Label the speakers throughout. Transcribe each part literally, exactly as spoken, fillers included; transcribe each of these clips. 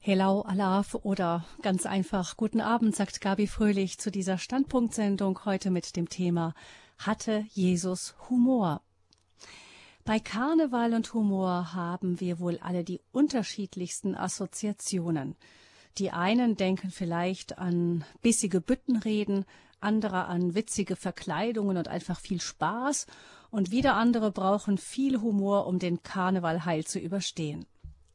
Speaker 1: Hello, Alaf oder ganz einfach Guten Abend, sagt Gabi Fröhlich zu dieser Standpunktsendung heute mit dem Thema Hatte Jesus Humor? Bei Karneval und Humor haben wir wohl alle die unterschiedlichsten Assoziationen. Die einen denken vielleicht an bissige Büttenreden, andere an witzige Verkleidungen und einfach viel Spaß und wieder andere brauchen viel Humor, um den Karneval heil zu überstehen.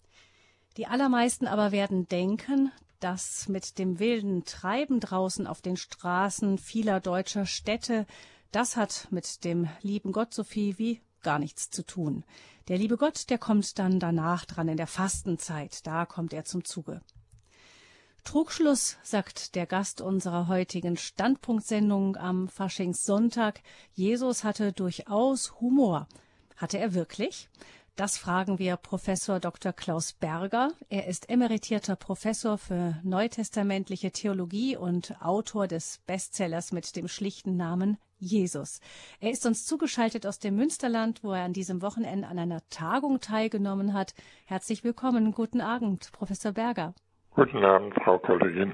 Speaker 1: Die allermeisten aber werden denken, dass mit dem wilden Treiben draußen auf den Straßen vieler deutscher Städte, das hat mit dem lieben Gott so viel wie gar nichts zu tun. Der liebe Gott, der kommt dann danach dran in der Fastenzeit, da kommt er zum Zuge. Trugschluss, sagt der Gast unserer heutigen Standpunktsendung am Faschingssonntag, Jesus hatte durchaus Humor. Hatte er wirklich? Das fragen wir Professor Doktor Klaus Berger. Er ist emeritierter Professor für neutestamentliche Theologie und Autor des Bestsellers mit dem schlichten Namen Jesus. Er ist uns zugeschaltet aus dem Münsterland, wo er an diesem Wochenende an einer Tagung teilgenommen hat. Herzlich willkommen. Guten Abend, Professor Berger.
Speaker 2: Guten Abend, Frau Kollegin.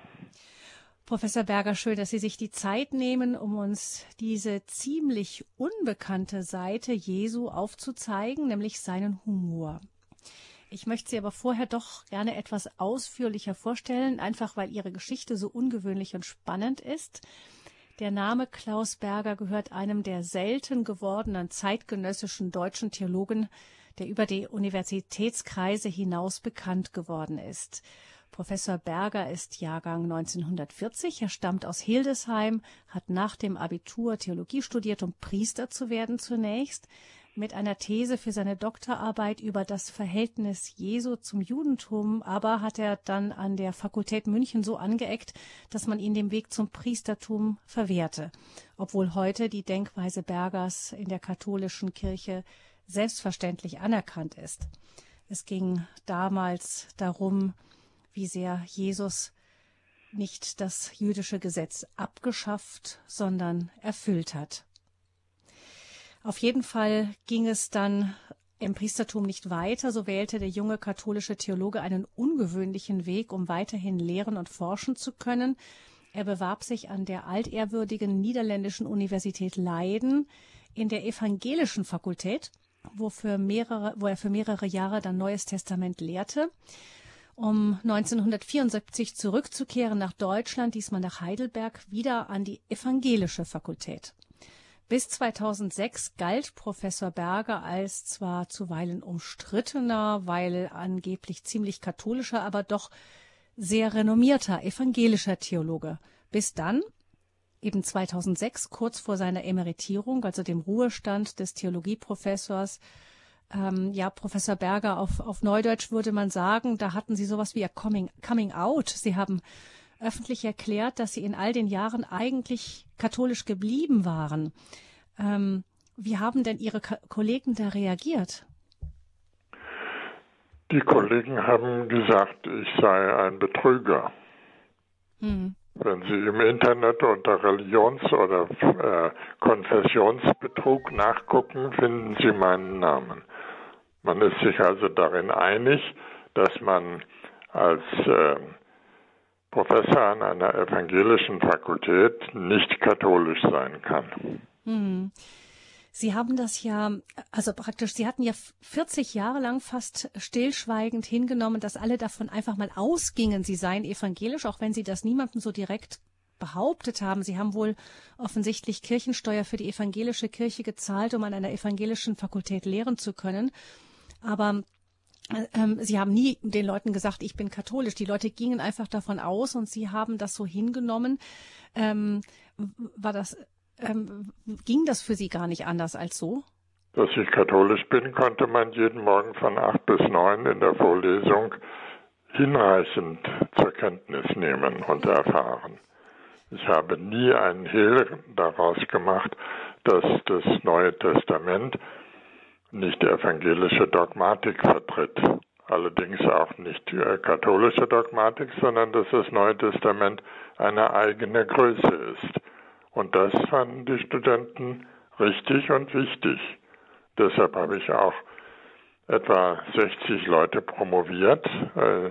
Speaker 1: Professor Berger, schön, dass Sie sich die Zeit nehmen, um uns diese ziemlich unbekannte Seite Jesu aufzuzeigen, nämlich seinen Humor. Ich möchte Sie aber vorher doch gerne etwas ausführlicher vorstellen, einfach weil Ihre Geschichte so ungewöhnlich und spannend ist. Der Name Klaus Berger gehört einem der selten gewordenen zeitgenössischen deutschen Theologen, der über die Universitätskreise hinaus bekannt geworden ist. Professor Berger ist Jahrgang neunzehnhundertvierzig. Er stammt aus Hildesheim, hat nach dem Abitur Theologie studiert, um Priester zu werden zunächst, mit einer These für seine Doktorarbeit über das Verhältnis Jesu zum Judentum, aber hat er dann an der Fakultät München so angeeckt, dass man ihn den Weg zum Priestertum verwehrte, obwohl heute die Denkweise Bergers in der katholischen Kirche selbstverständlich anerkannt ist. Es ging damals darum, wie sehr Jesus nicht das jüdische Gesetz abgeschafft, sondern erfüllt hat. Auf jeden Fall ging es dann im Priestertum nicht weiter. So wählte der junge katholische Theologe einen ungewöhnlichen Weg, um weiterhin lehren und forschen zu können. Er bewarb sich an der altehrwürdigen niederländischen Universität Leiden in der evangelischen Fakultät, wo, für mehrere, wo er für mehrere Jahre dann Neues Testament lehrte. Um neunzehnhundertvierundsiebzig zurückzukehren nach Deutschland, diesmal nach Heidelberg, wieder an die evangelische Fakultät. Bis zweitausendsechs galt Professor Berger als zwar zuweilen umstrittener, weil angeblich ziemlich katholischer, aber doch sehr renommierter evangelischer Theologe. Bis dann, eben zweitausendsechs, kurz vor seiner Emeritierung, also dem Ruhestand des Theologieprofessors, Ähm, ja, Professor Berger, auf, auf Neudeutsch würde man sagen, da hatten Sie sowas wie ein Coming, Coming Out. Sie haben öffentlich erklärt, dass Sie in all den Jahren eigentlich katholisch geblieben waren. Ähm, wie haben denn Ihre Ka- Kollegen da reagiert?
Speaker 2: Die Kollegen haben gesagt, ich sei ein Betrüger. Hm. Wenn Sie im Internet unter Religions- oder äh, Konfessionsbetrug nachgucken, finden Sie meinen Namen. Man ist sich also darin einig, dass man als äh, Professor an einer evangelischen Fakultät nicht katholisch sein kann.
Speaker 1: Hm. Sie haben das ja, also praktisch, Sie hatten ja vierzig Jahre lang fast stillschweigend hingenommen, dass alle davon einfach mal ausgingen, Sie seien evangelisch, auch wenn Sie das niemandem so direkt behauptet haben. Sie haben wohl offensichtlich Kirchensteuer für die evangelische Kirche gezahlt, um an einer evangelischen Fakultät lehren zu können. Aber ähm, Sie haben nie den Leuten gesagt, ich bin katholisch. Die Leute gingen einfach davon aus und Sie haben das so hingenommen. Ähm, war das... Ähm, ging das für Sie gar nicht anders als so?
Speaker 2: Dass ich katholisch bin, konnte man jeden Morgen von acht bis neun in der Vorlesung hinreichend zur Kenntnis nehmen und erfahren. Ich habe nie einen Hehl daraus gemacht, dass das Neue Testament nicht evangelische Dogmatik vertritt. Allerdings auch nicht katholische Dogmatik, sondern dass das Neue Testament eine eigene Größe ist. Und das fanden die Studenten richtig und wichtig. Deshalb habe ich auch etwa sechzig Leute promoviert,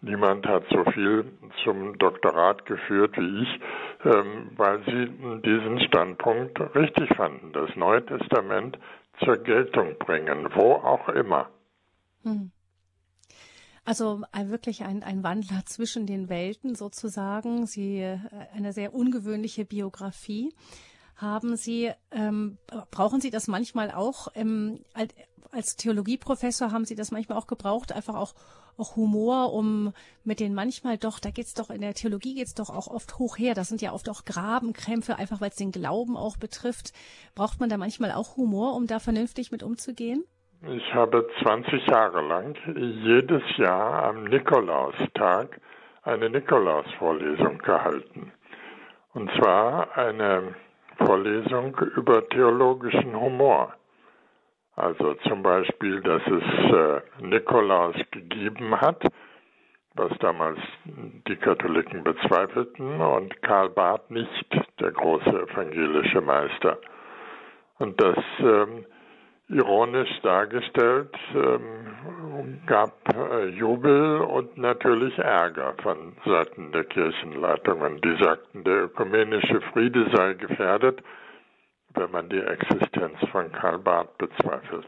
Speaker 2: niemand hat so viel zum Doktorat geführt wie ich, ähm, weil sie diesen Standpunkt richtig fanden, das Neue Testament zur Geltung bringen, wo auch immer.
Speaker 1: Hm. Also ein, wirklich ein, ein Wandler zwischen den Welten sozusagen. Sie äh, eine sehr ungewöhnliche Biografie. Haben Sie, ähm, brauchen Sie das manchmal auch, ähm, als, als Theologieprofessor haben Sie das manchmal auch gebraucht, einfach auch, auch Humor, um mit den manchmal doch, da geht's doch, in der Theologie geht's doch auch oft hoch her, das sind ja oft auch Grabenkrämpfe, einfach weil es den Glauben auch betrifft. Braucht man da manchmal auch Humor, um da vernünftig mit umzugehen?
Speaker 2: Ich habe zwanzig Jahre lang jedes Jahr am Nikolaustag eine Nikolausvorlesung gehalten. Und zwar eine Vorlesung über theologischen Humor. Also zum Beispiel, dass es äh, Nikolaus gegeben hat, was damals die Katholiken bezweifelten, und Karl Barth nicht, der große evangelische Meister. Und das ähm, ironisch dargestellt, ähm, gab äh, Jubel und natürlich Ärger von Seiten der Kirchenleitungen. Die sagten, der ökumenische Friede sei gefährdet, wenn man die Existenz von Karl Barth bezweifelt.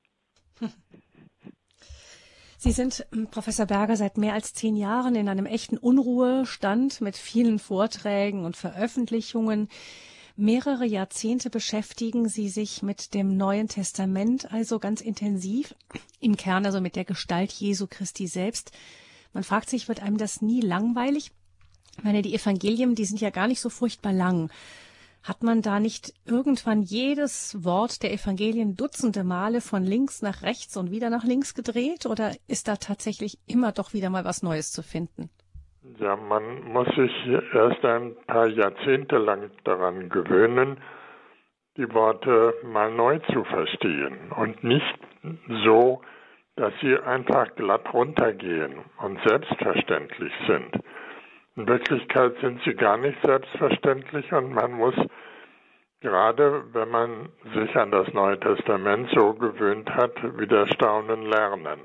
Speaker 1: Sie sind, Professor Berger, seit mehr als zehn Jahren in einem echten Unruhestand mit vielen Vorträgen und Veröffentlichungen. Mehrere Jahrzehnte beschäftigen Sie sich mit dem Neuen Testament, also ganz intensiv, im Kern also mit der Gestalt Jesu Christi selbst. Man fragt sich, wird einem das nie langweilig? Ich meine, die Evangelien, die sind ja gar nicht so furchtbar lang. Hat man da nicht irgendwann jedes Wort der Evangelien dutzende Male von links nach rechts und wieder nach links gedreht? Oder ist da tatsächlich immer doch wieder mal was Neues zu finden?
Speaker 2: Ja, man muss sich erst ein paar Jahrzehnte lang daran gewöhnen, die Worte mal neu zu verstehen und nicht so, dass sie einfach glatt runtergehen und selbstverständlich sind. In Wirklichkeit sind sie gar nicht selbstverständlich und man muss, gerade wenn man sich an das Neue Testament so gewöhnt hat, wieder staunen lernen.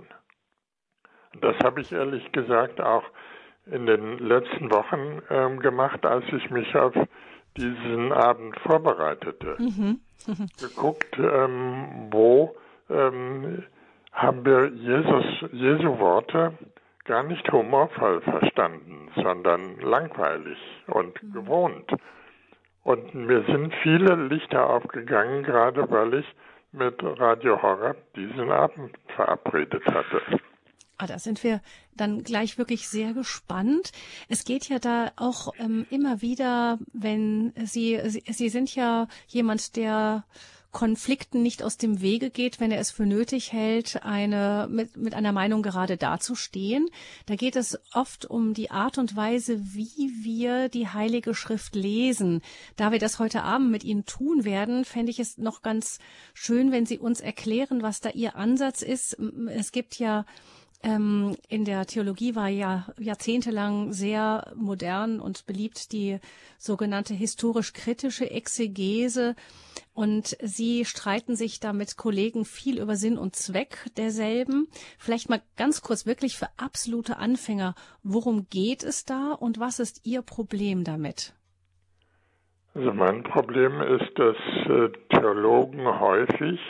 Speaker 2: Das habe ich ehrlich gesagt auch in den letzten Wochen ähm, gemacht, als ich mich auf diesen Abend vorbereitete. Mhm. Geguckt, ähm, wo ähm, haben wir Jesus, Jesu Worte gar nicht humorvoll verstanden, sondern langweilig und mhm. gewohnt. Und mir sind viele Lichter aufgegangen, gerade weil ich mit Radio Horeb diesen Abend verabredet hatte.
Speaker 1: Ah, da sind wir dann gleich wirklich sehr gespannt. Es geht ja da auch ähm, immer wieder, wenn Sie, Sie, Sie sind ja jemand, der Konflikten nicht aus dem Wege geht, wenn er es für nötig hält, eine mit, mit einer Meinung gerade dazustehen. Da geht es oft um die Art und Weise, wie wir die Heilige Schrift lesen. Da wir das heute Abend mit Ihnen tun werden, fände ich es noch ganz schön, wenn Sie uns erklären, was da Ihr Ansatz ist. Es gibt ja Ähm, in der Theologie war ja jahrzehntelang sehr modern und beliebt die sogenannte historisch-kritische Exegese. Und Sie streiten sich da mit Kollegen viel über Sinn und Zweck derselben. Vielleicht mal ganz kurz, wirklich für absolute Anfänger, worum geht es da und was ist Ihr Problem damit?
Speaker 2: Also mein Problem ist, dass äh, Theologen häufig,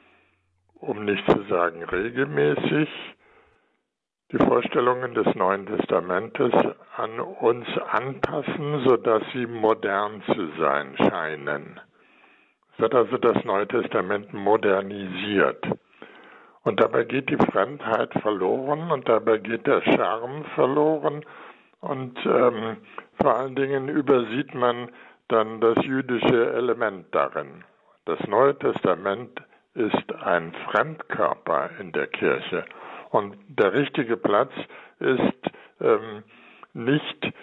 Speaker 2: um nicht zu sagen regelmäßig, die Vorstellungen des Neuen Testamentes an uns anpassen, sodass sie modern zu sein scheinen. Es wird also das Neue Testament modernisiert. Und dabei geht die Fremdheit verloren und dabei geht der Charme verloren und ähm, vor allen Dingen übersieht man dann das jüdische Element darin. Das Neue Testament ist ein Fremdkörper in der Kirche. Und der richtige Platz ist ähm, nicht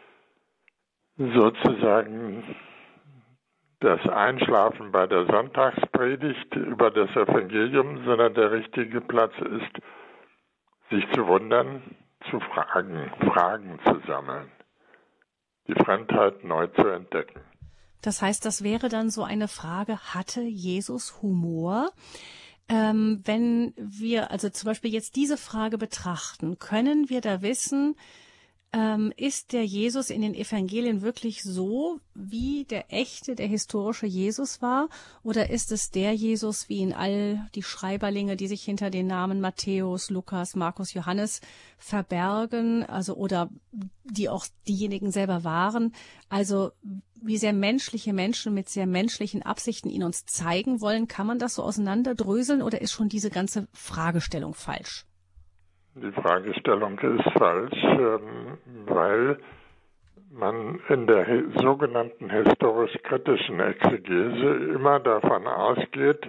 Speaker 2: sozusagen das Einschlafen bei der Sonntagspredigt über das Evangelium, sondern der richtige Platz ist, sich zu wundern, zu fragen, Fragen zu sammeln, die Fremdheit neu zu entdecken.
Speaker 1: Das heißt, das wäre dann so eine Frage, hatte Jesus Humor? Ähm, wenn wir also zum Beispiel jetzt diese Frage betrachten, können wir da wissen, ähm, ist der Jesus in den Evangelien wirklich so, wie der echte, der historische Jesus war? Oder ist es der Jesus, wie ihn all die Schreiberlinge, die sich hinter den Namen Matthäus, Lukas, Markus, Johannes verbergen, also oder die auch diejenigen selber waren? Also wie sehr menschliche Menschen mit sehr menschlichen Absichten ihn uns zeigen wollen, kann man das so auseinanderdröseln oder ist schon diese ganze Fragestellung falsch?
Speaker 2: Die Fragestellung ist falsch, weil man in der sogenannten historisch-kritischen Exegese immer davon ausgeht,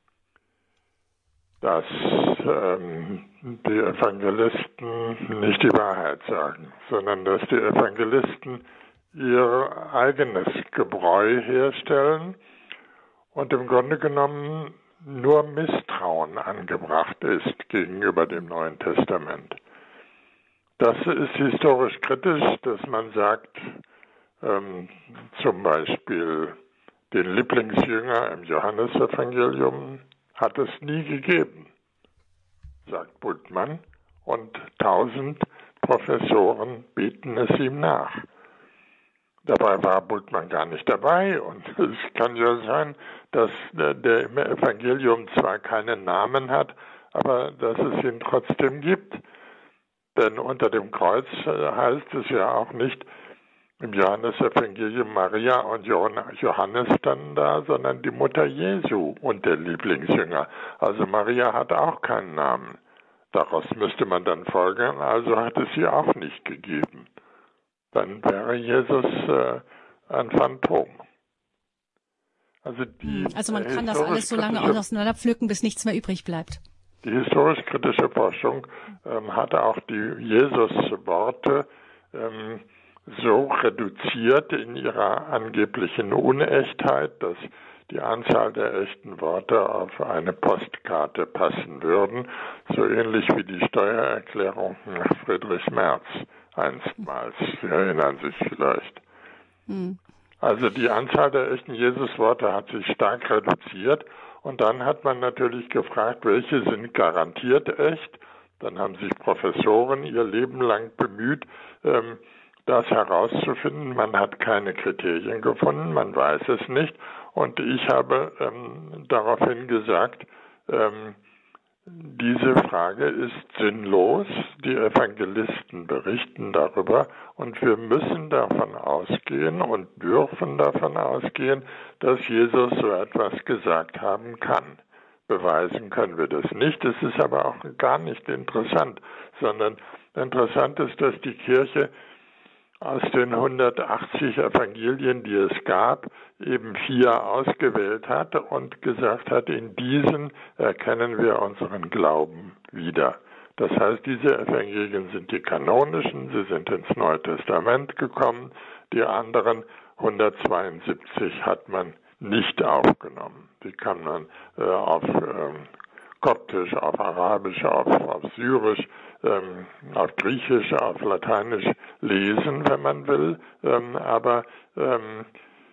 Speaker 2: dass ähm, die Evangelisten nicht die Wahrheit sagen, sondern dass die Evangelisten ihr eigenes Gebräu herstellen und im Grunde genommen nur Misstrauen angebracht ist gegenüber dem Neuen Testament. Das ist historisch kritisch, dass man sagt, ähm, zum Beispiel den Lieblingsjünger im Johannesevangelium hat es nie gegeben, sagt Bultmann, und tausend Professoren beten es ihm nach. Dabei war Bultmann gar nicht dabei und es kann ja sein, dass der im Evangelium zwar keinen Namen hat, aber dass es ihn trotzdem gibt. Denn unter dem Kreuz heißt es ja auch nicht im Johannesevangelium Maria und Johannes standen da, sondern die Mutter Jesu und der Lieblingsjünger. Also Maria hat auch keinen Namen. Daraus müsste man dann folgern, also hat es sie auch nicht gegeben. Dann wäre Jesus äh, ein Phantom. Also, die,
Speaker 1: also man kann das alles so lange auseinanderpflücken, bis nichts mehr übrig bleibt.
Speaker 2: Die historisch-kritische Forschung ähm, hat auch die Jesus-Worte ähm, so reduziert in ihrer angeblichen Unechtheit, dass die Anzahl der echten Worte auf eine Postkarte passen würden, so ähnlich wie die Steuererklärung nach Friedrich Merz einstmals. Sie erinnern sich vielleicht. Hm. Also die Anzahl der echten Jesusworte hat sich stark reduziert und dann hat man natürlich gefragt, welche sind garantiert echt. Dann haben sich Professoren ihr Leben lang bemüht, ähm, das herauszufinden. Man hat keine Kriterien gefunden, man weiß es nicht. Und ich habe ähm, daraufhin gesagt, ähm, diese Frage ist sinnlos. Die Evangelisten berichten darüber und wir müssen davon ausgehen und dürfen davon ausgehen, dass Jesus so etwas gesagt haben kann. Beweisen können wir das nicht. Es ist aber auch gar nicht interessant, sondern interessant ist, dass die Kirche aus den hundertachtzig Evangelien, die es gab, eben vier ausgewählt hat und gesagt hat, in diesen erkennen wir unseren Glauben wieder. Das heißt, diese Evangelien sind die kanonischen, sie sind ins Neue Testament gekommen, die anderen hundertzweiundsiebzig hat man nicht aufgenommen. Die kann man äh, auf ähm, Koptisch, auf Arabisch, auf, auf Syrisch, ähm, auf Griechisch, auf Lateinisch lesen, wenn man will. Ähm, aber ähm,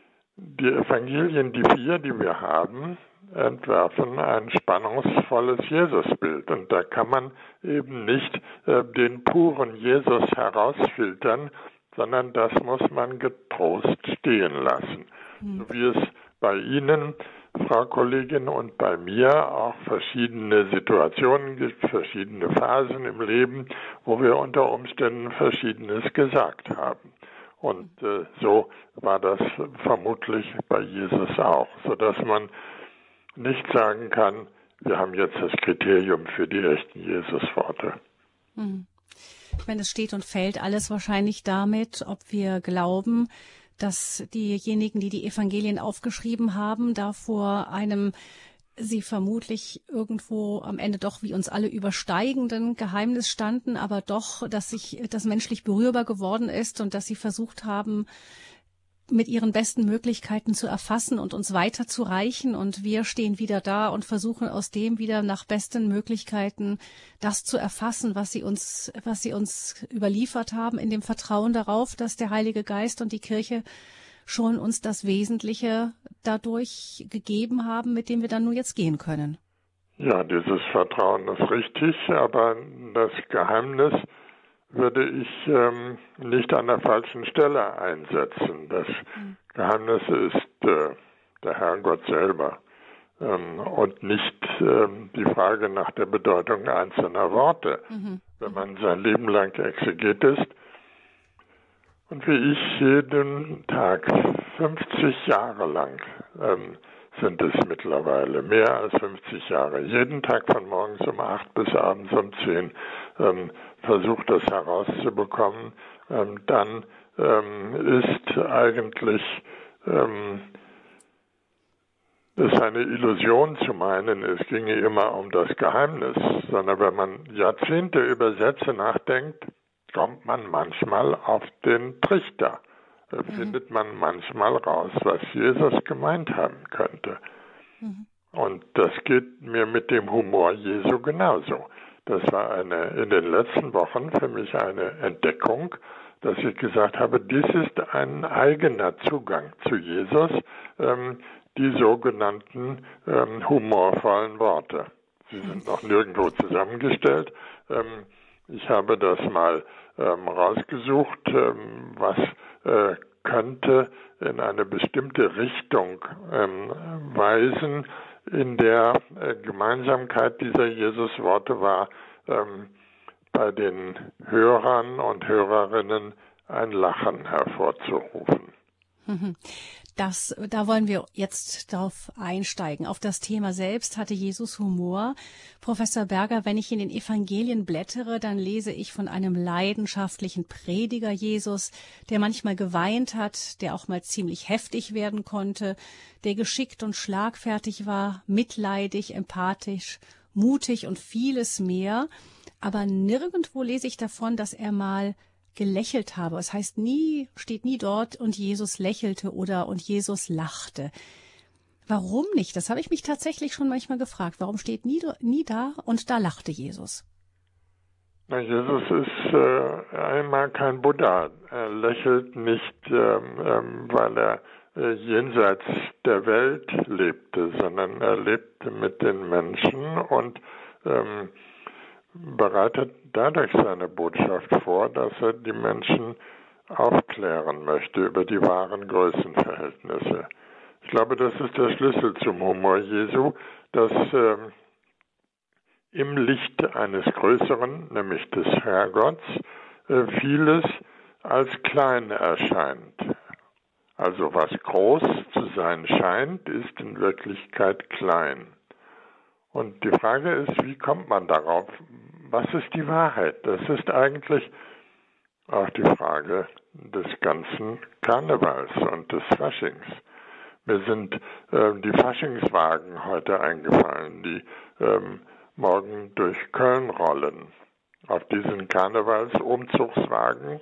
Speaker 2: die Evangelien, die vier, die wir haben, entwerfen ein spannungsvolles Jesusbild. Und da kann man eben nicht äh, den puren Jesus herausfiltern, sondern das muss man getrost stehen lassen. Mhm. So wie es bei Ihnen, Frau Kollegin, und bei mir auch verschiedene Situationen gibt, verschiedene Phasen im Leben, wo wir unter Umständen Verschiedenes gesagt haben. Und äh, so war das vermutlich bei Jesus auch, sodass man nicht sagen kann, wir haben jetzt das Kriterium für die echten Jesus-Worte.
Speaker 1: Hm. Ich meine, es steht und fällt alles wahrscheinlich damit, ob wir glauben, dass diejenigen, die die Evangelien aufgeschrieben haben, da vor einem sie vermutlich irgendwo am Ende doch wie uns alle übersteigenden Geheimnis standen, aber doch, dass sich das menschlich berührbar geworden ist und dass sie versucht haben, mit ihren besten Möglichkeiten zu erfassen und uns weiterzureichen. Und wir stehen wieder da und versuchen aus dem wieder nach besten Möglichkeiten das zu erfassen, was sie uns, was sie uns überliefert haben, in dem Vertrauen darauf, dass der Heilige Geist und die Kirche schon uns das Wesentliche dadurch gegeben haben, mit dem wir dann nur jetzt gehen können.
Speaker 2: Ja, dieses Vertrauen ist richtig, aber das Geheimnis würde ich ähm, nicht an der falschen Stelle einsetzen. Das mhm. Geheimnis ist äh, der Herrgott selber ähm, und nicht ähm, die Frage nach der Bedeutung einzelner Worte. Mhm. Wenn man sein Leben lang Exeget ist und wie ich jeden Tag fünfzig Jahre lang ähm, sind es mittlerweile, mehr als fünfzig Jahre, jeden Tag von morgens um acht bis abends um zehn ähm, versucht, das herauszubekommen, ähm, dann ähm, ist eigentlich ähm, es ist eine Illusion zu meinen, es ginge immer um das Geheimnis, sondern wenn man Jahrzehnte über Sätze nachdenkt, kommt man manchmal auf den Trichter. Da mhm. findet man manchmal raus, was Jesus gemeint haben könnte. Mhm. Und das geht mir mit dem Humor Jesu genauso. Das war eine in den letzten Wochen für mich eine Entdeckung, dass ich gesagt habe, dies ist ein eigener Zugang zu Jesus, ähm, die sogenannten ähm, humorvollen Worte. Sie sind noch nirgendwo zusammengestellt. Ähm, ich habe das mal ähm, rausgesucht, ähm, was äh, könnte in eine bestimmte Richtung ähm, weisen, in der äh, Gemeinsamkeit dieser Jesus-Worte war, ähm, bei den Hörern und Hörerinnen ein Lachen hervorzurufen.
Speaker 1: Das, da wollen wir jetzt darauf einsteigen. Auf das Thema selbst hatte Jesus Humor. Professor Berger, wenn ich in den Evangelien blättere, dann lese ich von einem leidenschaftlichen Prediger Jesus, der manchmal geweint hat, der auch mal ziemlich heftig werden konnte, der geschickt und schlagfertig war, mitleidig, empathisch, mutig und vieles mehr. Aber nirgendwo lese ich davon, dass er mal gelächelt habe. Es heißt nie, steht nie dort, und Jesus lächelte oder und Jesus lachte. Warum nicht? Das habe ich mich tatsächlich schon manchmal gefragt. Warum steht nie, nie da und da lachte Jesus?
Speaker 2: Na, Jesus ist äh, einmal kein Buddha. Er lächelt nicht, ähm, weil er äh, jenseits der Welt lebte, sondern er lebte mit den Menschen und ähm, bereitet dadurch seine Botschaft vor, dass er die Menschen aufklären möchte über die wahren Größenverhältnisse. Ich glaube, das ist der Schlüssel zum Humor Jesu, dass äh, im Licht eines Größeren, nämlich des Herrgotts, äh, vieles als klein erscheint. Also was groß zu sein scheint, ist in Wirklichkeit klein. Und die Frage ist, wie kommt man darauf? Was ist die Wahrheit? Das ist eigentlich auch die Frage des ganzen Karnevals und des Faschings. Mir sind äh, die Faschingswagen heute eingefallen, die ähm, morgen durch Köln rollen. Auf diesen Karnevalsumzugswagen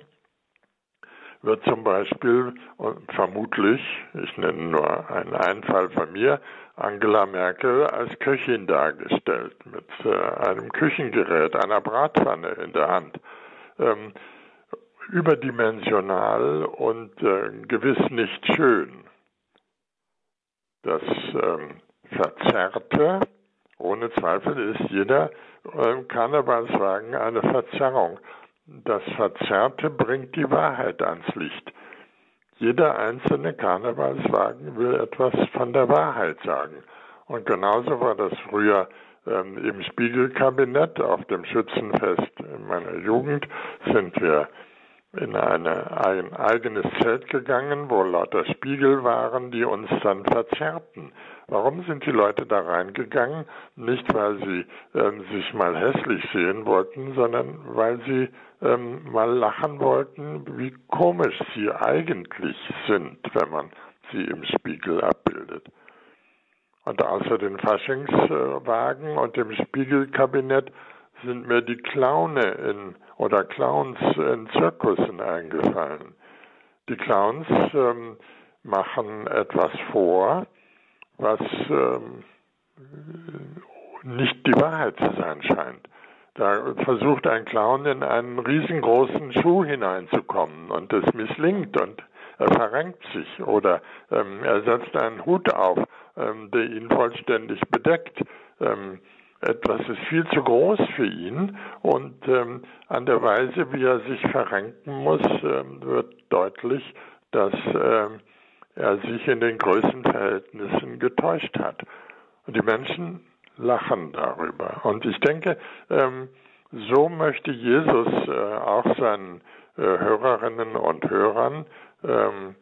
Speaker 2: wird zum Beispiel und vermutlich, ich nenne nur einen Einfall von mir, Angela Merkel als Köchin dargestellt, mit äh, einem Küchengerät, einer Bratpfanne in der Hand. Ähm, überdimensional und äh, gewiss nicht schön. Das ähm, Verzerrte, ohne Zweifel, ist jeder äh, Karnevalswagen eine Verzerrung. Das Verzerrte bringt die Wahrheit ans Licht. Jeder einzelne Karnevalswagen will etwas von der Wahrheit sagen. Und genauso war das früher ähm, im Spiegelkabinett auf dem Schützenfest in meiner Jugend. Sind wir in eine, ein eigenes Zelt gegangen, wo lauter Spiegel waren, die uns dann verzerrten. Warum sind die Leute da reingegangen? Nicht, weil sie ähm, sich mal hässlich sehen wollten, sondern weil sie ähm, mal lachen wollten, wie komisch sie eigentlich sind, wenn man sie im Spiegel abbildet. Und außer den Faschingswagen und dem Spiegelkabinett sind mir die Clowne in, oder Clowns in Zirkussen eingefallen. Die Clowns ähm, machen etwas vor, was ähm, nicht die Wahrheit zu sein scheint. Da versucht ein Clown in einen riesengroßen Schuh hineinzukommen und es misslingt und er verrenkt sich oder ähm, er setzt einen Hut auf, ähm, der ihn vollständig bedeckt. Ähm, etwas ist viel zu groß für ihn und ähm, an der Weise, wie er sich verrenken muss, ähm, wird deutlich, dass ähm, er sich in den Größenverhältnissen getäuscht hat. Und die Menschen lachen darüber. Und ich denke, ähm, so möchte Jesus äh, auch seinen äh, Hörerinnen und Hörern ähm,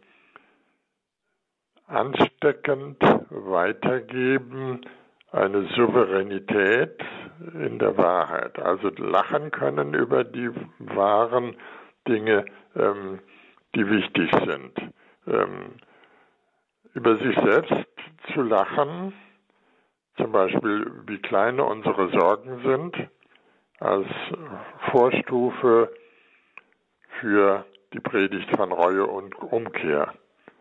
Speaker 2: ansteckend weitergeben, eine Souveränität in der Wahrheit, also lachen können über die wahren Dinge, ähm, die wichtig sind. Ähm, über sich selbst zu lachen, zum Beispiel wie klein unsere Sorgen sind, als Vorstufe für die Predigt von Reue und Umkehr.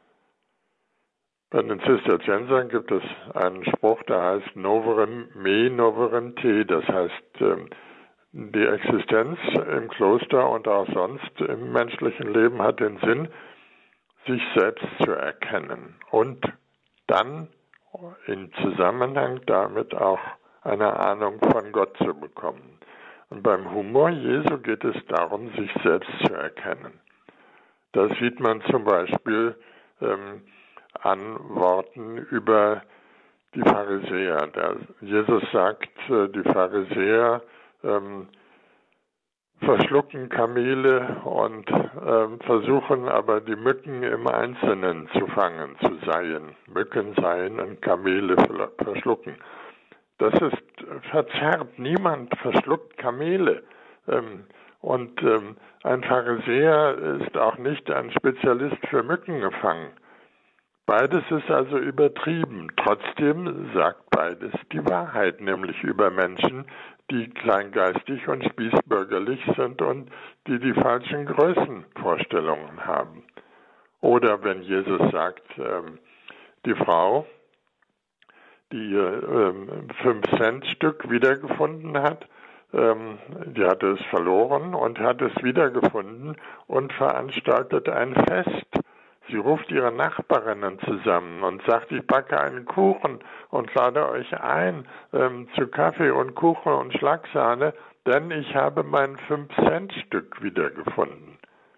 Speaker 2: Bei den Zisterziensern gibt es einen Spruch, der heißt Noverem me, noverem te. Das heißt, die Existenz im Kloster und auch sonst im menschlichen Leben hat den Sinn, sich selbst zu erkennen und dann in Zusammenhang damit auch eine Ahnung von Gott zu bekommen. Und beim Humor Jesu geht es darum, sich selbst zu erkennen. Das sieht man zum Beispiel ähm, an Worten über die Pharisäer. Der Jesus sagt, äh, die Pharisäer ähm, verschlucken Kamele und äh, versuchen aber die Mücken im Einzelnen zu fangen, zu seien. Mücken seien und Kamele verschlucken. Das ist verzerrt. Niemand verschluckt Kamele. Ähm, und ähm, ein Pharisäer ist auch nicht ein Spezialist für Mückengefangen. Beides ist also übertrieben. Trotzdem sagt beides die Wahrheit, nämlich über Menschen, die kleingeistig und spießbürgerlich sind und die die falschen Größenvorstellungen haben. Oder wenn Jesus sagt, ähm, die Frau, die ihr ähm, fünf-Cent-Stück wiedergefunden hat, ähm, die hatte es verloren und hat es wiedergefunden und veranstaltet ein Fest. Sie ruft ihre Nachbarinnen zusammen und sagt, ich backe einen Kuchen und lade euch ein ähm, zu Kaffee und Kuchen und Schlagsahne, denn ich habe mein fünf-Cent-Stück wiedergefunden.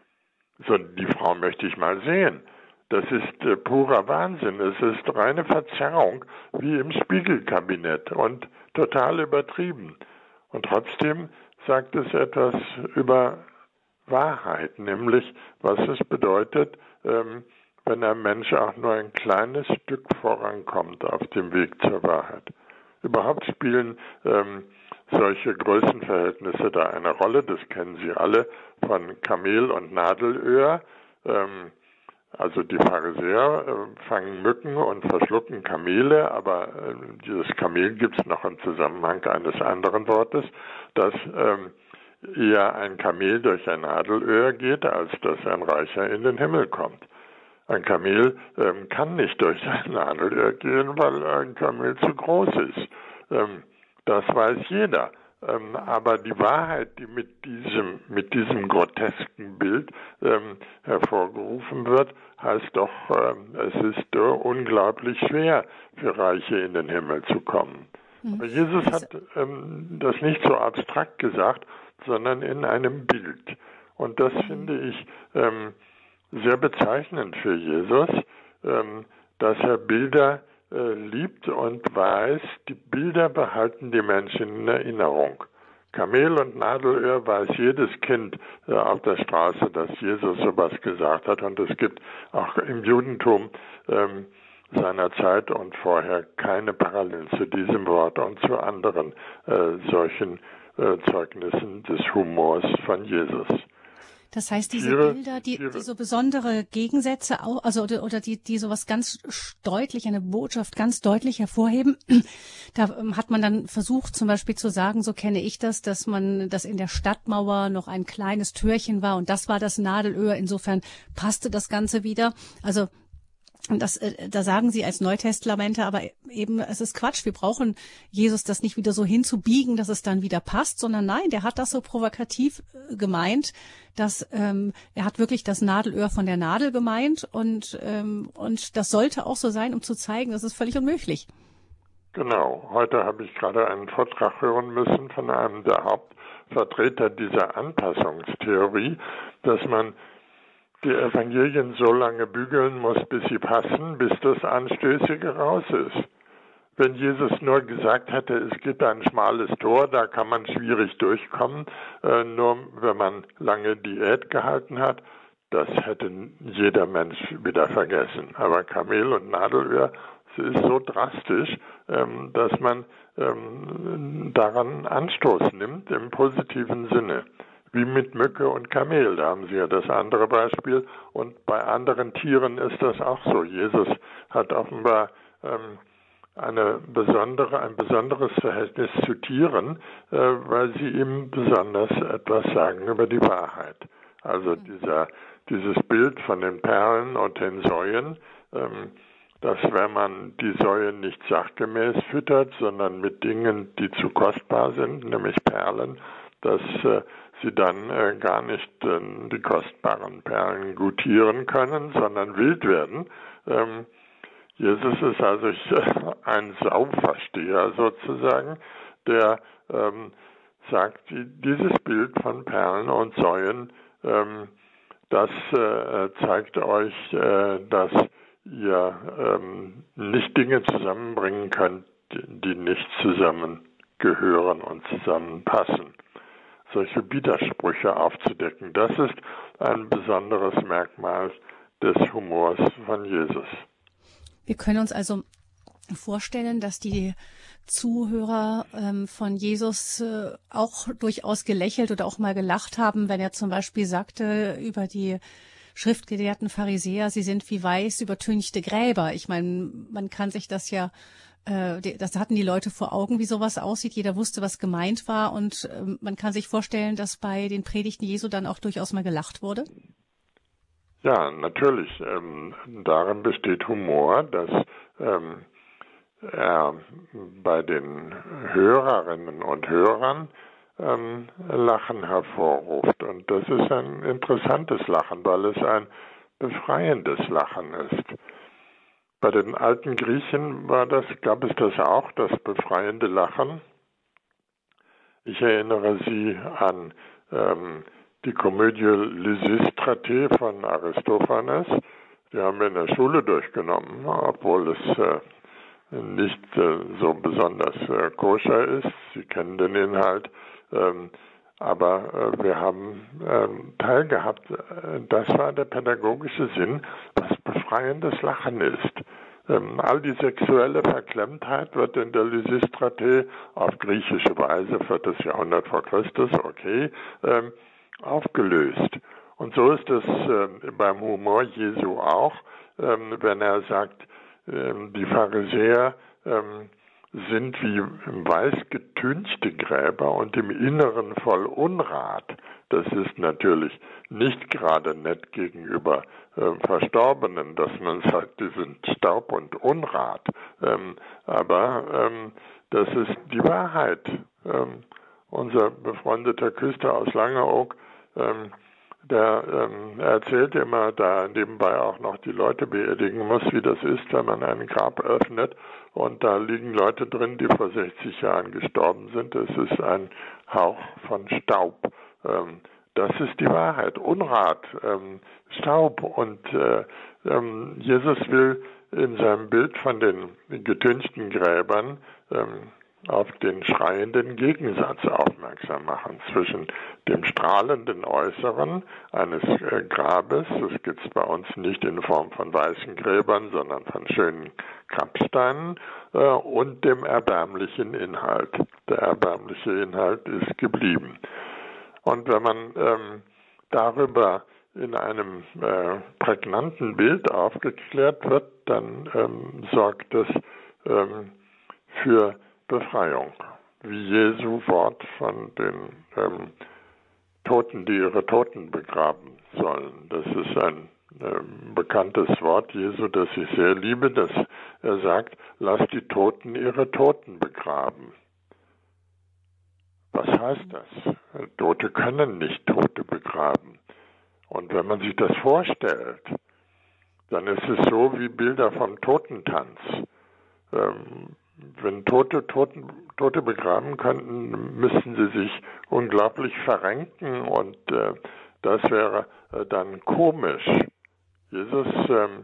Speaker 2: So, die Frau möchte ich mal sehen. Das ist äh, purer Wahnsinn. Es ist reine Verzerrung wie im Spiegelkabinett und total übertrieben. Und trotzdem sagt es etwas über Wahrheit, nämlich was es bedeutet, ähm, wenn ein Mensch auch nur ein kleines Stück vorankommt auf dem Weg zur Wahrheit. Überhaupt spielen ähm, solche Größenverhältnisse da eine Rolle, das kennen Sie alle, von Kamel und Nadelöhr. Ähm, also die Pharisäer äh, fangen Mücken und verschlucken Kamele, aber äh, dieses Kamel gibt es noch im Zusammenhang eines anderen Wortes, das ähm, eher ein Kamel durch ein Nadelöhr geht, als dass ein Reicher in den Himmel kommt. Ein Kamel ähm, kann nicht durch ein Nadelöhr gehen, weil ein Kamel zu groß ist. Ähm, das weiß jeder. Ähm, aber die Wahrheit, die mit diesem, mit diesem grotesken Bild ähm, hervorgerufen wird, heißt doch, ähm, es ist äh, unglaublich schwer für Reiche in den Himmel zu kommen. Mhm. Aber Jesus hat ähm, das nicht so abstrakt gesagt, sondern in einem Bild. Und das finde ich ähm, sehr bezeichnend für Jesus, ähm, dass er Bilder äh, liebt und weiß, die Bilder behalten die Menschen in Erinnerung. Kamel und Nadelöhr weiß jedes Kind äh, auf der Straße, dass Jesus sowas gesagt hat. Und es gibt auch im Judentum ähm, seiner Zeit und vorher keine Parallelen zu diesem Wort und zu anderen äh, solchen Zeugnissen des Humors von Jesus.
Speaker 1: Das heißt, diese Tiere, Bilder, die, die so besondere Gegensätze, auch, also oder, oder die, die sowas ganz deutlich, eine Botschaft ganz deutlich hervorheben, da hat man dann versucht, zum Beispiel zu sagen, so kenne ich das, dass man, dass in der Stadtmauer noch ein kleines Türchen war und das war das Nadelöhr. Insofern passte das Ganze wieder. Also Und das, da sagen Sie als Neutestamenter, aber eben, es ist Quatsch. Wir brauchen Jesus das nicht wieder so hinzubiegen, dass es dann wieder passt, sondern nein, der hat das so provokativ gemeint, dass ähm, er hat wirklich das Nadelöhr von der Nadel gemeint und ähm, und das sollte auch so sein, um zu zeigen, das ist völlig unmöglich.
Speaker 2: Genau. Heute habe ich gerade einen Vortrag hören müssen von einem der Hauptvertreter dieser Anpassungstheorie, dass man die Evangelien so lange bügeln muss, bis sie passen, bis das Anstößige raus ist. Wenn Jesus nur gesagt hätte, es gibt ein schmales Tor, da kann man schwierig durchkommen, äh, nur wenn man lange Diät gehalten hat, das hätte jeder Mensch wieder vergessen. Aber Kamel und Nadelöhr, es ist so drastisch, ähm, dass man ähm, daran Anstoß nimmt im positiven Sinne. Wie mit Mücke und Kamel, da haben Sie ja das andere Beispiel. Und bei anderen Tieren ist das auch so. Jesus hat offenbar ähm, eine besondere, ein besonderes Verhältnis zu Tieren, äh, weil sie ihm besonders etwas sagen über die Wahrheit. Also dieser, dieses Bild von den Perlen und den Säuen, ähm, dass wenn man die Säuen nicht sachgemäß füttert, sondern mit Dingen, die zu kostbar sind, nämlich Perlen, dass äh, sie dann äh, gar nicht äh, die kostbaren Perlen gutieren können, sondern wild werden. Ähm, Jesus ist also ein Sauversteher sozusagen, der ähm, sagt, dieses Bild von Perlen und Säuen, ähm, das äh, zeigt euch, äh, dass ihr ähm, nicht Dinge zusammenbringen könnt, die nicht zusammengehören und zusammenpassen. Solche Widersprüche aufzudecken, das ist ein besonderes Merkmal des Humors von Jesus.
Speaker 1: Wir können uns also vorstellen, dass die Zuhörer ähm, von Jesus äh, auch durchaus gelächelt oder auch mal gelacht haben, wenn er zum Beispiel sagte über die schriftgelehrten Pharisäer, sie sind wie weiß übertünchte Gräber. Ich meine, man kann sich das ja, äh, das hatten die Leute vor Augen, wie sowas aussieht. Jeder wusste, was gemeint war, und äh, man kann sich vorstellen, dass bei den Predigten Jesu dann auch durchaus mal gelacht wurde.
Speaker 2: Ja, natürlich. Ähm, darin besteht Humor, dass ähm, er bei den Hörerinnen und Hörern ähm, Lachen hervorruft. Und das ist ein interessantes Lachen, weil es ein befreiendes Lachen ist. Bei den alten Griechen war das, gab es das auch, das befreiende Lachen. Ich erinnere Sie an ähm, die Komödie Lysistrate von Aristophanes. Die haben wir in der Schule durchgenommen, obwohl es äh, nicht äh, so besonders äh, koscher ist. Sie kennen den Inhalt. Ähm, aber äh, wir haben ähm, teilgehabt. Das war der pädagogische Sinn, was befreiendes Lachen ist. Ähm, all die sexuelle Verklemmtheit wird in der Lysistrate auf griechische Weise, viertes Jahrhundert vor Christus, okay, ähm, aufgelöst. Und so ist es äh, beim Humor Jesu auch, ähm, wenn er sagt, ähm, die Pharisäer ähm, sind wie weiß getünchte Gräber und im Inneren voll Unrat. Das ist natürlich nicht gerade nett gegenüber äh, Verstorbenen, dass man sagt, die sind Staub und Unrat. Ähm, aber ähm, das ist die Wahrheit. Ähm, unser befreundeter Küster aus Langeoog, ähm, der ähm, erzählt immer, da nebenbei auch noch die Leute beerdigen muss, wie das ist, wenn man ein Grab öffnet und da liegen Leute drin, die vor sechzig Jahren gestorben sind. Es ist ein Hauch von Staub. Ähm, das ist die Wahrheit. Unrat, ähm, Staub. Und äh, ähm, Jesus will in seinem Bild von den getünchten Gräbern ähm, auf den schreienden Gegensatz aufmerksam machen zwischen dem strahlenden Äußeren eines äh, Grabes, das gibt es bei uns nicht in Form von weißen Gräbern, sondern von schönen Grabsteinen, äh, und dem erbärmlichen Inhalt. Der erbärmliche Inhalt ist geblieben. Und wenn man ähm, darüber in einem äh, prägnanten Bild aufgeklärt wird, dann ähm, sorgt es ähm, für Befreiung, wie Jesu Wort von den ähm, Toten, die ihre Toten begraben sollen. Das ist ein ähm, bekanntes Wort Jesu, das ich sehr liebe, dass er sagt, lasst die Toten ihre Toten begraben. Was heißt das? Tote können nicht Tote begraben. Und wenn man sich das vorstellt, dann ist es so wie Bilder vom Totentanz. Ähm, wenn Tote, Toten, Tote begraben könnten, müssten sie sich unglaublich verrenken und äh, das wäre äh, dann komisch. Jesus ähm,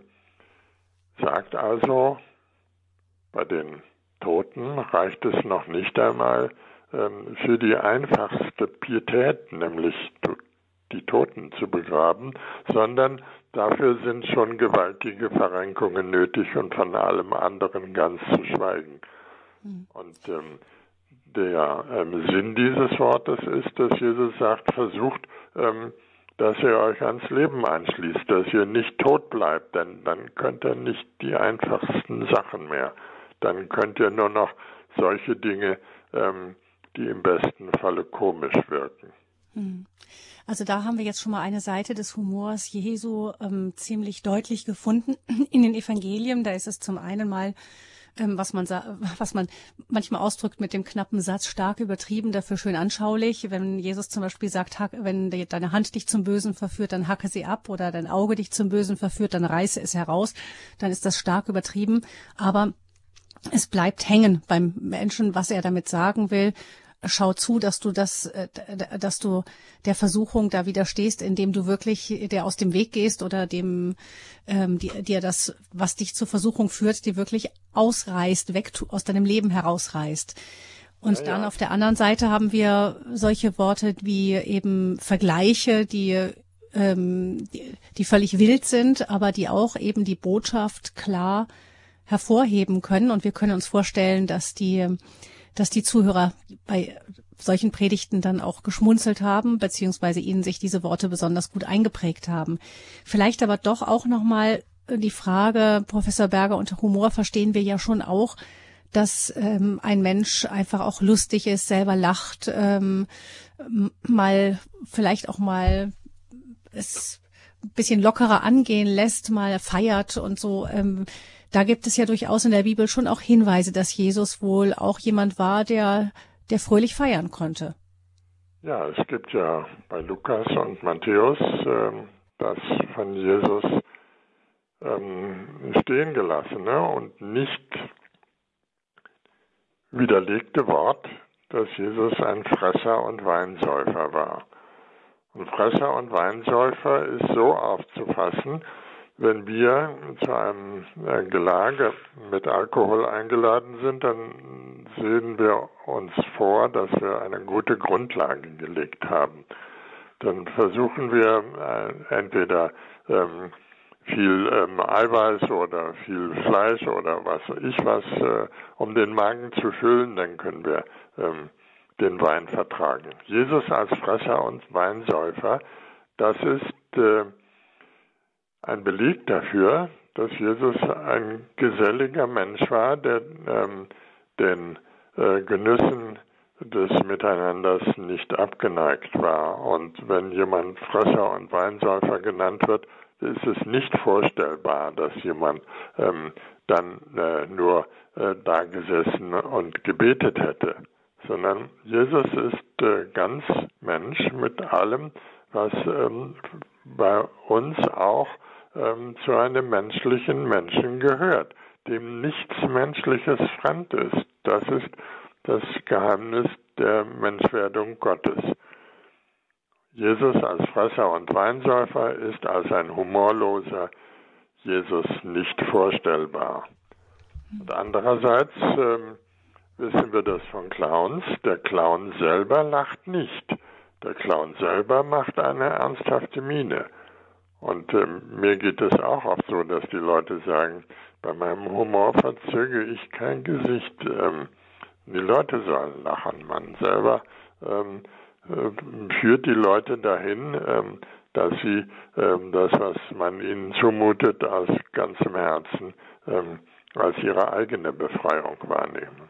Speaker 2: sagt also, bei den Toten reicht es noch nicht einmal ähm, für die einfachste Pietät, nämlich die Toten zu begraben, sondern dafür sind schon gewaltige Verrenkungen nötig und von allem anderen ganz zu schweigen. Mhm. Und ähm, der ähm, Sinn dieses Wortes ist, dass Jesus sagt, versucht, ähm, dass ihr euch ans Leben anschließt, dass ihr nicht tot bleibt, denn dann könnt ihr nicht die einfachsten Sachen mehr. Dann könnt ihr nur noch solche Dinge, ähm, die im besten Falle komisch wirken.
Speaker 1: Mhm. Also da haben wir jetzt schon mal eine Seite des Humors Jesu ähm, ziemlich deutlich gefunden in den Evangelien. Da ist es zum einen mal, ähm, was man was man manchmal ausdrückt mit dem knappen Satz, stark übertrieben, dafür schön anschaulich. Wenn Jesus zum Beispiel sagt, hack, wenn deine Hand dich zum Bösen verführt, dann hacke sie ab, oder dein Auge dich zum Bösen verführt, dann reiße es heraus, dann ist das stark übertrieben. Aber es bleibt hängen beim Menschen, was er damit sagen will. Schau zu, dass du das, dass du der Versuchung da widerstehst, indem du wirklich der aus dem Weg gehst oder dem ähm, dir, dir das, was dich zur Versuchung führt, dir wirklich ausreißt, weg aus deinem Leben herausreißt. Und ja, dann ja. Auf der anderen Seite haben wir solche Worte wie eben Vergleiche, die ähm, die, die völlig wild sind, aber die auch eben die Botschaft klar hervorheben können. Und wir können uns vorstellen, dass die dass die Zuhörer bei solchen Predigten dann auch geschmunzelt haben, beziehungsweise ihnen sich diese Worte besonders gut eingeprägt haben. Vielleicht aber doch auch nochmal die Frage, Professor Berger, unter Humor verstehen wir ja schon auch, dass ähm, ein Mensch einfach auch lustig ist, selber lacht, ähm, mal vielleicht auch mal es ein bisschen lockerer angehen lässt, mal feiert und so. Ähm, Da gibt es ja durchaus in der Bibel schon auch Hinweise, dass Jesus wohl auch jemand war, der, der fröhlich feiern konnte.
Speaker 2: Ja, es gibt ja bei Lukas und Matthäus ähm, das von Jesus ähm, stehen gelassene und nicht widerlegte Wort, dass Jesus ein Fresser und Weinsäufer war. Und Fresser und Weinsäufer ist so aufzufassen, wenn wir zu einem Gelage mit Alkohol eingeladen sind, dann sehen wir uns vor, dass wir eine gute Grundlage gelegt haben. Dann versuchen wir äh, entweder ähm, viel ähm, Eiweiß oder viel Fleisch oder was weiß ich was, äh, um den Magen zu füllen, dann können wir ähm, den Wein vertragen. Jesus als Fresser und Weinsäufer, das ist äh, ein Beleg dafür, dass Jesus ein geselliger Mensch war, der ähm, den äh, Genüssen des Miteinanders nicht abgeneigt war. Und wenn jemand Fresser und Weinsäufer genannt wird, ist es nicht vorstellbar, dass jemand ähm, dann äh, nur äh, da gesessen und gebetet hätte, sondern Jesus ist äh, ganz Mensch mit allem, was ähm, bei uns auch zu einem menschlichen Menschen gehört, dem nichts Menschliches fremd ist. Das ist das Geheimnis der Menschwerdung Gottes. Jesus als Fresser und Weinsäufer ist als ein humorloser Jesus nicht vorstellbar. Und andererseits ähm, wissen wir das von Clowns. Der Clown selber lacht nicht. Der Clown selber macht eine ernsthafte Miene. Und äh, mir geht es auch oft so, dass die Leute sagen, bei meinem Humor verzöge ich kein Gesicht. Ähm, die Leute sollen lachen. Man selber ähm, äh, führt die Leute dahin, ähm, dass sie ähm, das, was man ihnen zumutet, aus ganzem Herzen ähm, als ihre eigene Befreiung wahrnehmen.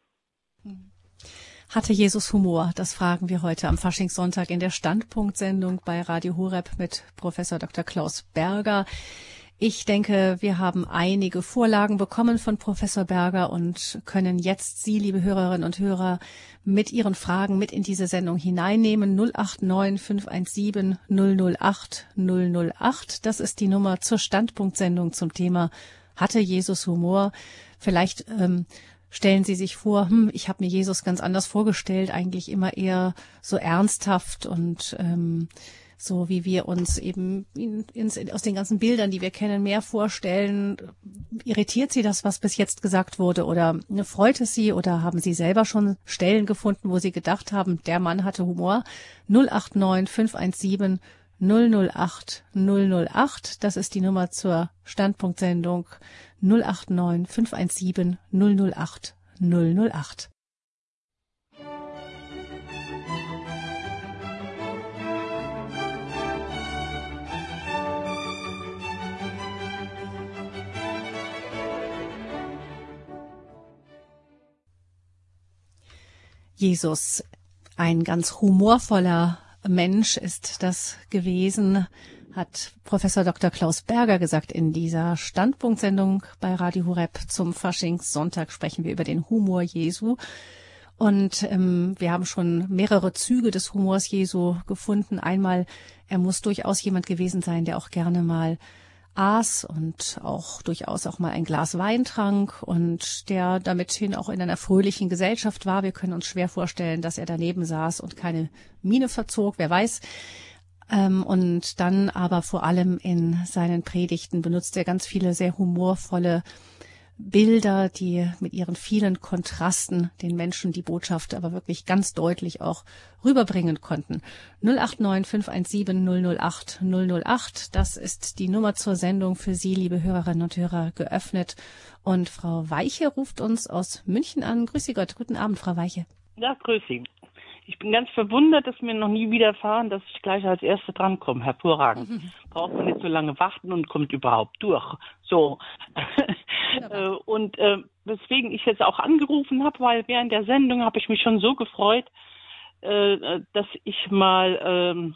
Speaker 1: Hatte Jesus Humor? Das fragen wir heute am Faschingssonntag in der Standpunkt-Sendung bei Radio Horeb mit Professor Doktor Klaus Berger. Ich denke, wir haben einige Vorlagen bekommen von Professor Berger und können jetzt Sie, liebe Hörerinnen und Hörer, mit Ihren Fragen mit in diese Sendung hineinnehmen. null acht neun fünf eins sieben null null acht null null acht. Das ist die Nummer zur Standpunkt-Sendung zum Thema Hatte Jesus Humor? Vielleicht ähm, stellen Sie sich vor, hm, ich habe mir Jesus ganz anders vorgestellt, eigentlich immer eher so ernsthaft und ähm, so wie wir uns eben in, ins, aus den ganzen Bildern, die wir kennen, mehr vorstellen. Irritiert Sie das, was bis jetzt gesagt wurde, oder ne, freut es Sie, oder haben Sie selber schon Stellen gefunden, wo Sie gedacht haben, der Mann hatte Humor? null acht neun fünf eins sieben null null acht null null acht, das ist die Nummer zur Standpunktsendung null acht neun fünf eins sieben null null acht null null acht. Jesus, ein ganz humorvoller Mensch ist das gewesen, hat Professor Doktor Klaus Berger gesagt. In dieser Standpunktsendung bei Radio Horeb zum Faschingssonntag sprechen wir über den Humor Jesu. Und ähm, wir haben schon mehrere Züge des Humors Jesu gefunden. Einmal, er muss durchaus jemand gewesen sein, der auch gerne mal aß und auch durchaus auch mal ein Glas Wein trank und der damithin auch in einer fröhlichen Gesellschaft war. Wir können uns schwer vorstellen, dass er daneben saß und keine Miene verzog, wer weiß. Ähm, und dann aber vor allem in seinen Predigten benutzt er ganz viele sehr humorvolle Bilder, die mit ihren vielen Kontrasten den Menschen die Botschaft aber wirklich ganz deutlich auch rüberbringen konnten. null acht neun fünf eins sieben null null acht null null acht, das ist die Nummer zur Sendung für Sie, liebe Hörerinnen und Hörer, geöffnet. Und Frau Weiche ruft uns aus München an. Grüß Sie Gott, guten Abend, Frau Weiche.
Speaker 3: Ja, grüß Sie. Ich bin ganz verwundert, dass mir noch nie widerfahren, dass ich gleich als Erste drankomme. Hervorragend. Mhm. Braucht man nicht so lange warten und kommt überhaupt durch. So. Und äh, weswegen ich jetzt auch angerufen habe, weil während der Sendung habe ich mich schon so gefreut, äh, dass ich mal ähm,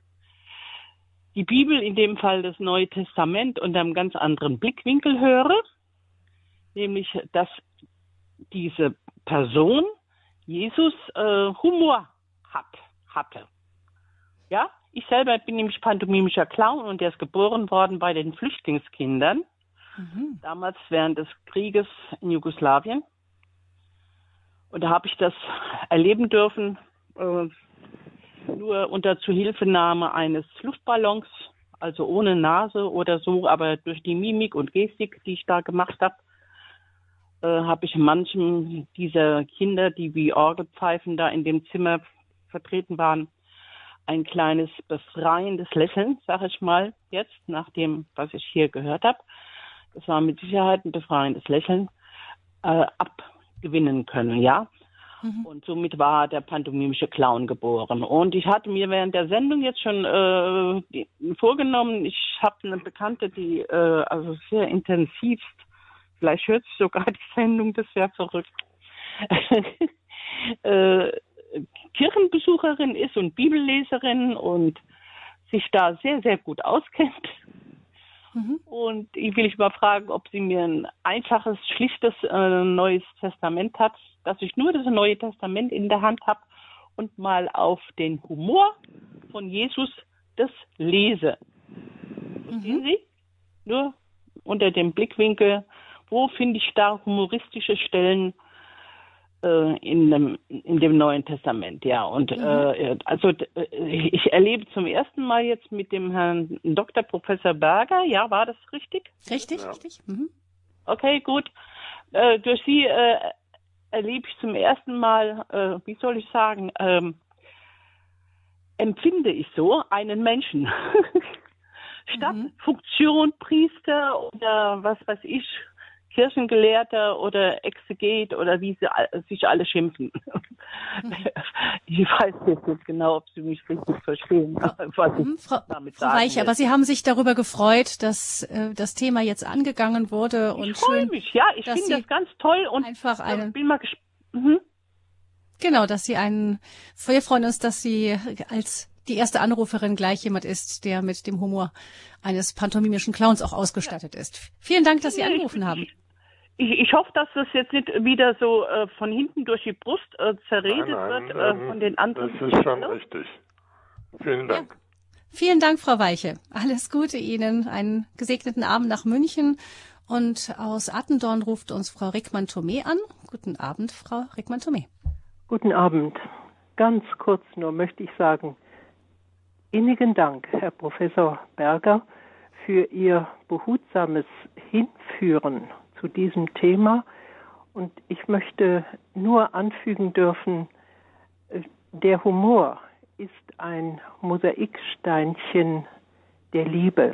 Speaker 3: die Bibel, in dem Fall das Neue Testament, unter einem ganz anderen Blickwinkel höre. Nämlich, dass diese Person, Jesus, äh, Humor hat, hatte. Ja, ich selber bin nämlich pantomimischer Clown und der ist geboren worden bei den Flüchtlingskindern. Mhm. Damals während des Krieges in Jugoslawien. Und da habe ich das erleben dürfen, äh, nur unter Zuhilfenahme eines Luftballons, also ohne Nase oder so, aber durch die Mimik und Gestik, die ich da gemacht habe, äh, habe ich manchen dieser Kinder, die wie Orgelpfeifen da in dem Zimmer vertreten waren, ein kleines befreiendes Lächeln, sage ich mal jetzt, nach dem, was ich hier gehört habe. Das war mit Sicherheit ein befreiendes Lächeln, äh, abgewinnen können, ja. Mhm. Und somit war der pantomimische Clown geboren. Und ich hatte mir während der Sendung jetzt schon äh, die, vorgenommen, ich habe eine Bekannte, die äh, also sehr intensiv, vielleicht hört sich sogar die Sendung, das wäre verrückt, äh, Kirchenbesucherin ist und Bibelleserin und sich da sehr, sehr gut auskennt. Mhm. Und ich will ich mal fragen, ob sie mir ein einfaches, schlichtes äh, Neues Testament hat, dass ich nur das Neue Testament in der Hand habe und mal auf den Humor von Jesus das lese. Verstehen mhm. Sie? Nur unter dem Blickwinkel, wo finde ich da humoristische Stellen äh, in, dem, in dem Neuen Testament? Ja, und mhm. äh, also ich erlebe zum ersten Mal jetzt mit dem Herrn Doktor Professor Berger, ja, war das richtig?
Speaker 1: Richtig,
Speaker 2: ja.
Speaker 1: richtig. Mhm.
Speaker 3: Okay, gut. Äh, durch Sie äh, erlebe ich zum ersten Mal, äh, wie soll ich sagen, ähm, empfinde ich so einen Menschen. Statt mhm. Funktion, Priester oder was weiß ich, Kirchengelehrter oder Exeget oder wie sie sich alle schimpfen. Mhm. Ich weiß jetzt nicht genau, ob Sie mich richtig verstehen, was
Speaker 1: mhm.
Speaker 3: ich
Speaker 1: Frau,
Speaker 3: damit
Speaker 1: Frau
Speaker 3: sagen
Speaker 1: Weiche,
Speaker 3: will.
Speaker 1: aber Sie haben sich darüber gefreut, dass äh, das Thema jetzt angegangen wurde. Und
Speaker 3: ich freue mich, ja, ich finde das ganz toll und
Speaker 1: einfach einen,
Speaker 3: bin mal gespannt. Mhm.
Speaker 1: Genau, dass Sie einen, wir freuen uns, dass Sie als die erste Anruferin gleich jemand ist, der mit dem Humor eines pantomimischen Clowns auch ausgestattet ist. Vielen Dank, dass Sie angerufen haben.
Speaker 3: Ich, ich hoffe, dass das jetzt nicht wieder so äh, von hinten durch die Brust äh, zerredet
Speaker 2: nein, nein,
Speaker 3: wird äh,
Speaker 2: ähm,
Speaker 3: von den anderen.
Speaker 2: Das ist schon richtig. Vielen Dank.
Speaker 1: Ja. Vielen Dank, Frau Weiche. Alles Gute Ihnen, einen gesegneten Abend nach München Und aus Attendorn ruft uns Frau Rickmann-Thomé an. Guten Abend, Frau Rickmann-Thomé.
Speaker 4: Guten Abend. Ganz kurz nur möchte ich sagen, innigen Dank, Herr Professor Berger, für Ihr behutsames Hinführen zu diesem Thema. Und ich möchte nur anfügen dürfen, der Humor ist ein Mosaiksteinchen der Liebe.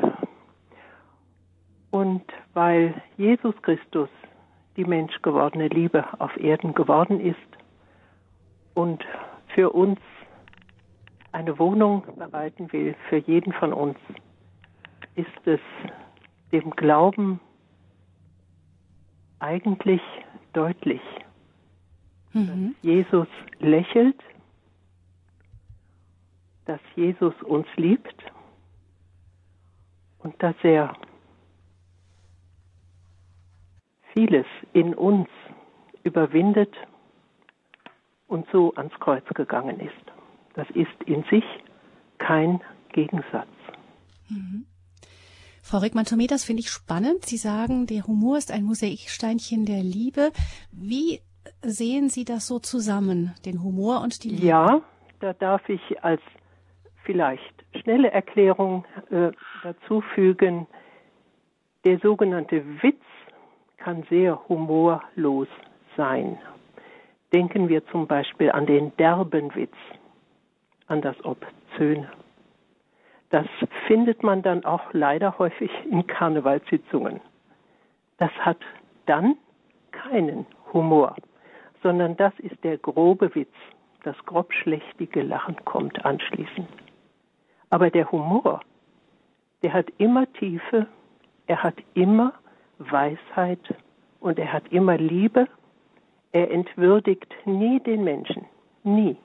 Speaker 4: Und weil Jesus Christus die menschgewordene Liebe auf Erden geworden ist und für uns eine Wohnung bereiten will, für jeden von uns, ist es dem Glauben eigentlich deutlich, mhm. dass Jesus lächelt, dass Jesus uns liebt und dass er vieles in uns überwindet und so ans Kreuz gegangen ist. Das ist in sich kein Gegensatz.
Speaker 1: Mhm. Frau Rickmann-Thomé, das finde ich spannend. Sie sagen, der Humor ist ein Mosaiksteinchen der Liebe. Wie sehen Sie das so zusammen, den Humor und die Liebe?
Speaker 4: Ja, da darf ich als vielleicht schnelle Erklärung äh, dazu fügen, der sogenannte Witz kann sehr humorlos sein. Denken wir zum Beispiel an den derben Witz, an das Obszöne. Das findet man dann auch leider häufig in Karnevalssitzungen. Das hat dann keinen Humor, sondern das ist der grobe Witz. Das grobschlächtige Lachen kommt anschließend. Aber der Humor, der hat immer Tiefe, er hat immer Weisheit und er hat immer Liebe. Er entwürdigt nie den Menschen. Nie.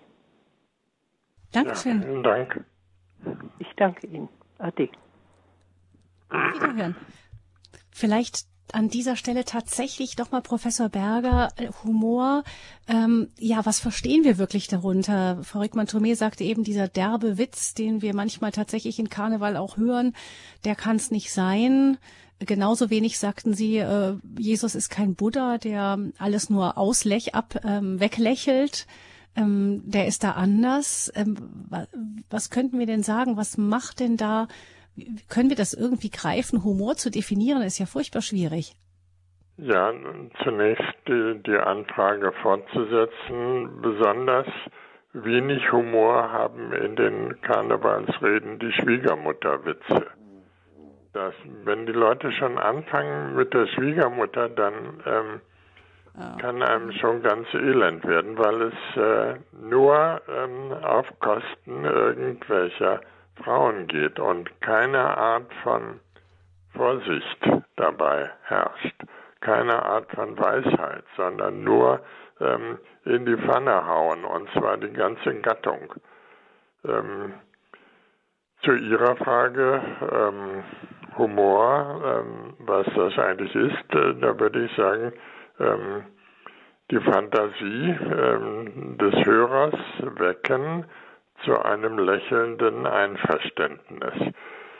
Speaker 1: Dankeschön.
Speaker 2: Ja, vielen Dank.
Speaker 4: Ich danke Ihnen. Ade.
Speaker 1: Wiederhören. Vielleicht an dieser Stelle tatsächlich doch mal Professor Berger, Humor, ähm, ja, was verstehen wir wirklich darunter? Frau Rickmann-Thomé sagte eben, dieser derbe Witz, den wir manchmal tatsächlich in Karneval auch hören, der kann es nicht sein. Genauso wenig sagten Sie, äh, Jesus ist kein Buddha, der alles nur auslech, ab, ähm, weglächelt. Ähm, der ist da anders. Ähm, was könnten wir denn sagen? Was macht denn da, können wir das irgendwie greifen? Humor zu definieren ist ja furchtbar schwierig.
Speaker 2: Ja, zunächst die, die Anfrage fortzusetzen. Besonders wenig Humor haben in den Karnevalsreden die Schwiegermutterwitze. Das, wenn die Leute schon anfangen mit der Schwiegermutter, dann ähm, oh. kann einem schon ganz elend werden, weil es äh, nur ähm, auf Kosten irgendwelcher Frauen geht und keine Art von Vorsicht dabei herrscht, keine Art von Weisheit, sondern nur ähm, in die Pfanne hauen, und zwar die ganze Gattung. Ähm, zu Ihrer Frage, ähm, Humor, ähm, was das eigentlich ist, äh, da würde ich sagen, ähm, die Fantasie ähm, des Hörers wecken zu einem lächelnden Einverständnis.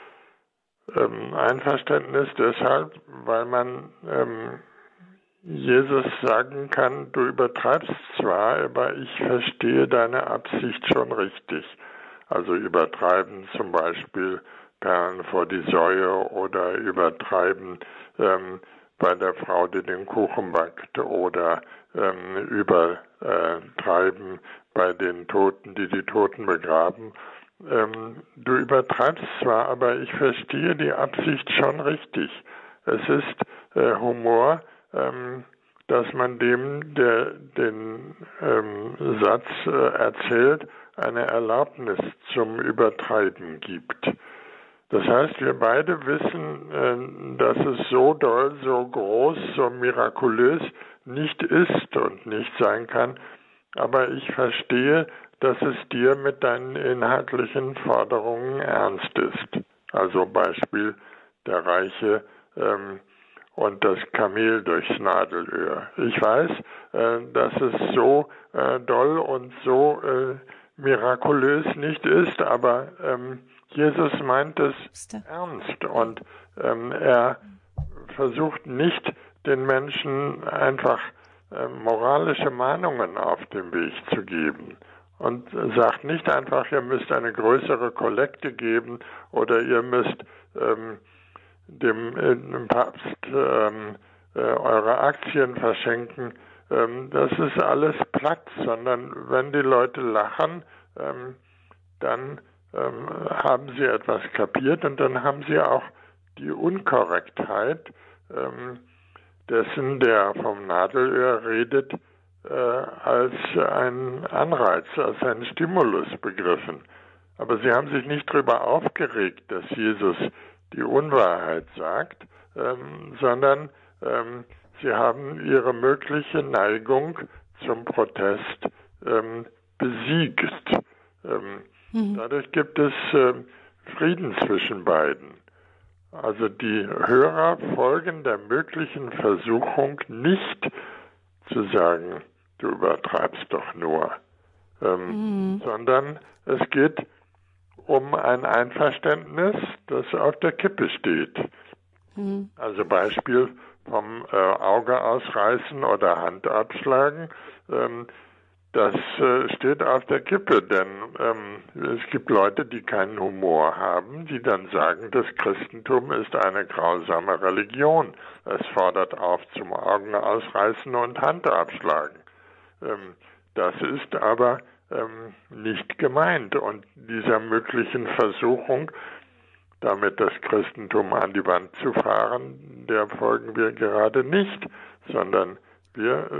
Speaker 2: Ähm, Einverständnis deshalb, weil man ähm, Jesus sagen kann, du übertreibst zwar, aber ich verstehe deine Absicht schon richtig. Also übertreiben zum Beispiel Perlen vor die Säue oder übertreiben ähm, bei der Frau, die den Kuchen backt, oder ähm, übertreiben bei den Toten, die die Toten begraben. Ähm, du übertreibst zwar, aber ich verstehe die Absicht schon richtig. Es ist äh, Humor, ähm, dass man dem, der den ähm, Satz äh, erzählt, eine Erlaubnis zum Übertreiben gibt. Das heißt, wir beide wissen, äh, dass es so doll, so groß, so mirakulös nicht ist und nicht sein kann, aber ich verstehe, dass es dir mit deinen inhaltlichen Forderungen ernst ist. Also Beispiel der Reiche ähm, und das Kamel durchs Nadelöhr. Ich weiß, äh, dass es so äh, doll und so äh, mirakulös nicht ist, aber ähm, Jesus meint es ernst und ähm, er versucht nicht, den Menschen einfach äh, moralische Mahnungen auf dem Weg zu geben und sagt nicht einfach, ihr müsst eine größere Kollekte geben oder ihr müsst ähm, dem, äh, dem Papst ähm, äh, eure Aktien verschenken. Ähm, das ist alles Platz, sondern wenn die Leute lachen, ähm, dann ähm, haben sie etwas kapiert und dann haben sie auch die Unkorrektheit ähm, dessen, der vom Nadelöhr redet, äh, als ein Anreiz, als ein Stimulus begriffen. Aber sie haben sich nicht darüber aufgeregt, dass Jesus die Unwahrheit sagt, ähm, sondern ähm, sie haben ihre mögliche Neigung zum Protest ähm, besiegt. Ähm, mhm. Dadurch gibt es äh, Frieden zwischen beiden. Also die Hörer folgen der möglichen Versuchung nicht zu sagen, du übertreibst doch nur, ähm, mhm. sondern es geht um ein Einverständnis, das auf der Kippe steht. Mhm. Also Beispiel vom äh, Auge ausreißen oder Hand abschlagen, ähm, das äh, steht auf der Kippe, denn ähm, es gibt Leute, die keinen Humor haben, die dann sagen, das Christentum ist eine grausame Religion. Es fordert auf zum Augen ausreißen und Hand abschlagen. Ähm, das ist aber ähm, nicht gemeint. Und dieser möglichen Versuchung, damit das Christentum an die Wand zu fahren, der folgen wir gerade nicht, sondern wir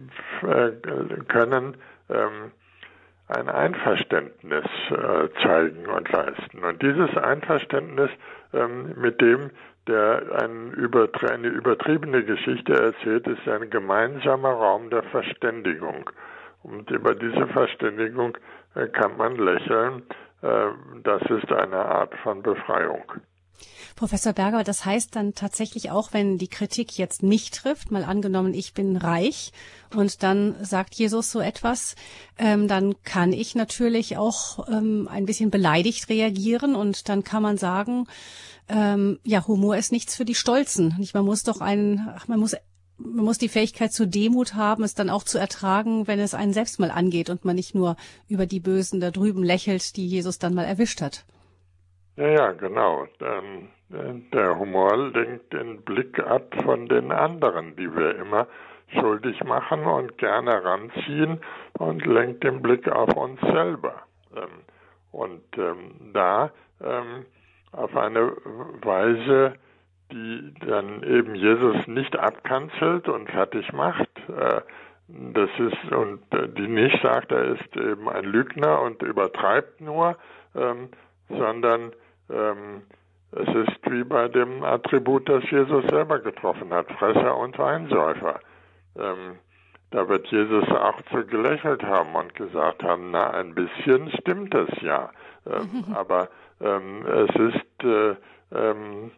Speaker 2: äh, können ähm, ein Einverständnis äh, zeigen und leisten. Und dieses Einverständnis, ähm, mit dem der ein übertrie- eine übertriebene Geschichte erzählt, ist ein gemeinsamer Raum der Verständigung. Und über diese Verständigung äh, kann man lächeln. Äh, das ist eine Art von Befreiung.
Speaker 1: Professor Berger, das heißt dann tatsächlich auch, wenn die Kritik jetzt mich trifft, mal angenommen, ich bin reich und dann sagt Jesus so etwas, ähm, dann kann ich natürlich auch ähm, ein bisschen beleidigt reagieren und dann kann man sagen, ähm, ja, Humor ist nichts für die Stolzen. Nicht? Man muss doch einen, man muss man muss die Fähigkeit zur Demut haben, es dann auch zu ertragen, wenn es einen selbst mal angeht und man nicht nur über die Bösen da drüben lächelt, die Jesus dann mal erwischt hat.
Speaker 2: Ja, ja, genau. Ähm, der Humor lenkt den Blick ab von den anderen, die wir immer schuldig machen und gerne ranziehen, und lenkt den Blick auf uns selber. Ähm, und ähm, da ähm, auf eine Weise, die dann eben Jesus nicht abkanzelt und fertig macht. Äh, das ist, und die nicht sagt, er ist eben ein Lügner und übertreibt nur, ähm, sondern ähm, es ist wie bei dem Attribut, das Jesus selber getroffen hat, Fresser und Weinsäufer. Ähm, da wird Jesus auch so gelächelt haben und gesagt haben, na, ein bisschen stimmt es ja. Ähm, aber ähm, es ist äh, ähm,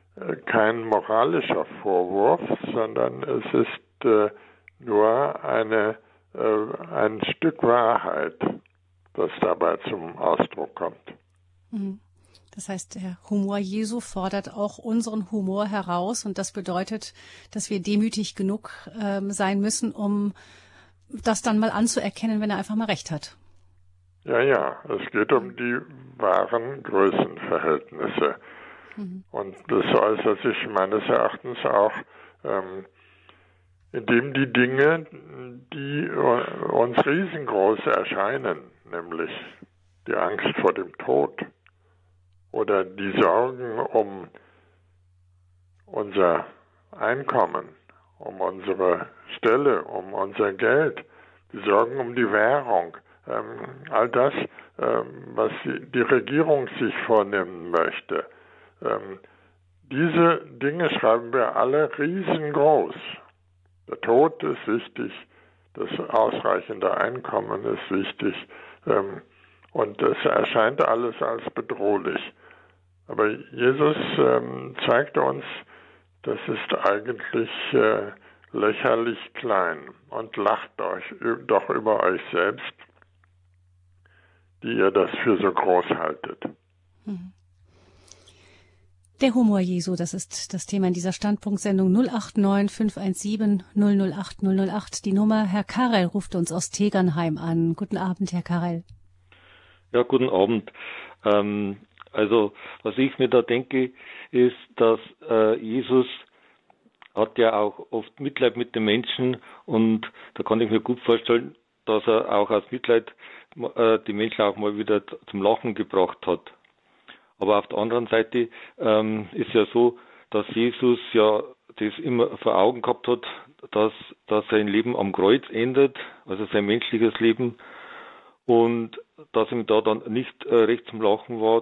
Speaker 2: kein moralischer Vorwurf, sondern es ist äh, nur eine, äh, ein Stück Wahrheit, das dabei zum Ausdruck kommt.
Speaker 1: Das heißt, der Humor Jesu fordert auch unseren Humor heraus, und das bedeutet, dass wir demütig genug ähm, sein müssen, um das dann mal anzuerkennen, wenn er einfach mal recht hat.
Speaker 2: Ja, ja, es geht um die wahren Größenverhältnisse. Mhm. Und das äußert sich meines Erachtens auch, ähm, indem die Dinge, die uns riesengroß erscheinen, nämlich die Angst vor dem Tod oder die Sorgen um unser Einkommen, um unsere Stelle, um unser Geld, die Sorgen um die Währung, ähm, all das, ähm, was die Regierung sich vornehmen möchte. Ähm, diese Dinge schreiben wir alle riesengroß. Der Tod ist wichtig, das ausreichende Einkommen ist wichtig, ähm, und es erscheint alles als bedrohlich. Aber Jesus ähm, zeigt uns, das ist eigentlich äh, lächerlich klein, und lacht euch doch über euch selbst, die ihr das für so groß haltet.
Speaker 1: Mhm. Der Humor Jesu, das ist das Thema in dieser Standpunktsendung. null acht neun fünf eins sieben null null acht null null acht. Die Nummer. Herr Karel ruft uns aus Tegernheim an. Guten Abend, Herr Karel.
Speaker 5: Ja, guten Abend. Ähm, also, was ich mir da denke, ist, dass äh, Jesus hat ja auch oft Mitleid mit den Menschen, und da kann ich mir gut vorstellen, dass er auch aus Mitleid äh, die Menschen auch mal wieder zum Lachen gebracht hat. Aber auf der anderen Seite ähm, ist ja so, dass Jesus ja das immer vor Augen gehabt hat, dass, dass sein Leben am Kreuz endet, also sein menschliches Leben, und dass ihm da dann nicht äh, recht zum Lachen war.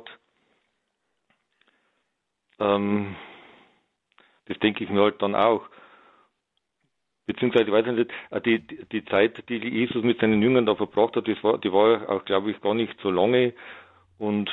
Speaker 5: Ähm, das denke ich mir halt dann auch. Beziehungsweise, ich weiß nicht, die, die Zeit, die Jesus mit seinen Jüngern da verbracht hat, das war, die war auch, glaube ich, gar nicht so lange. Und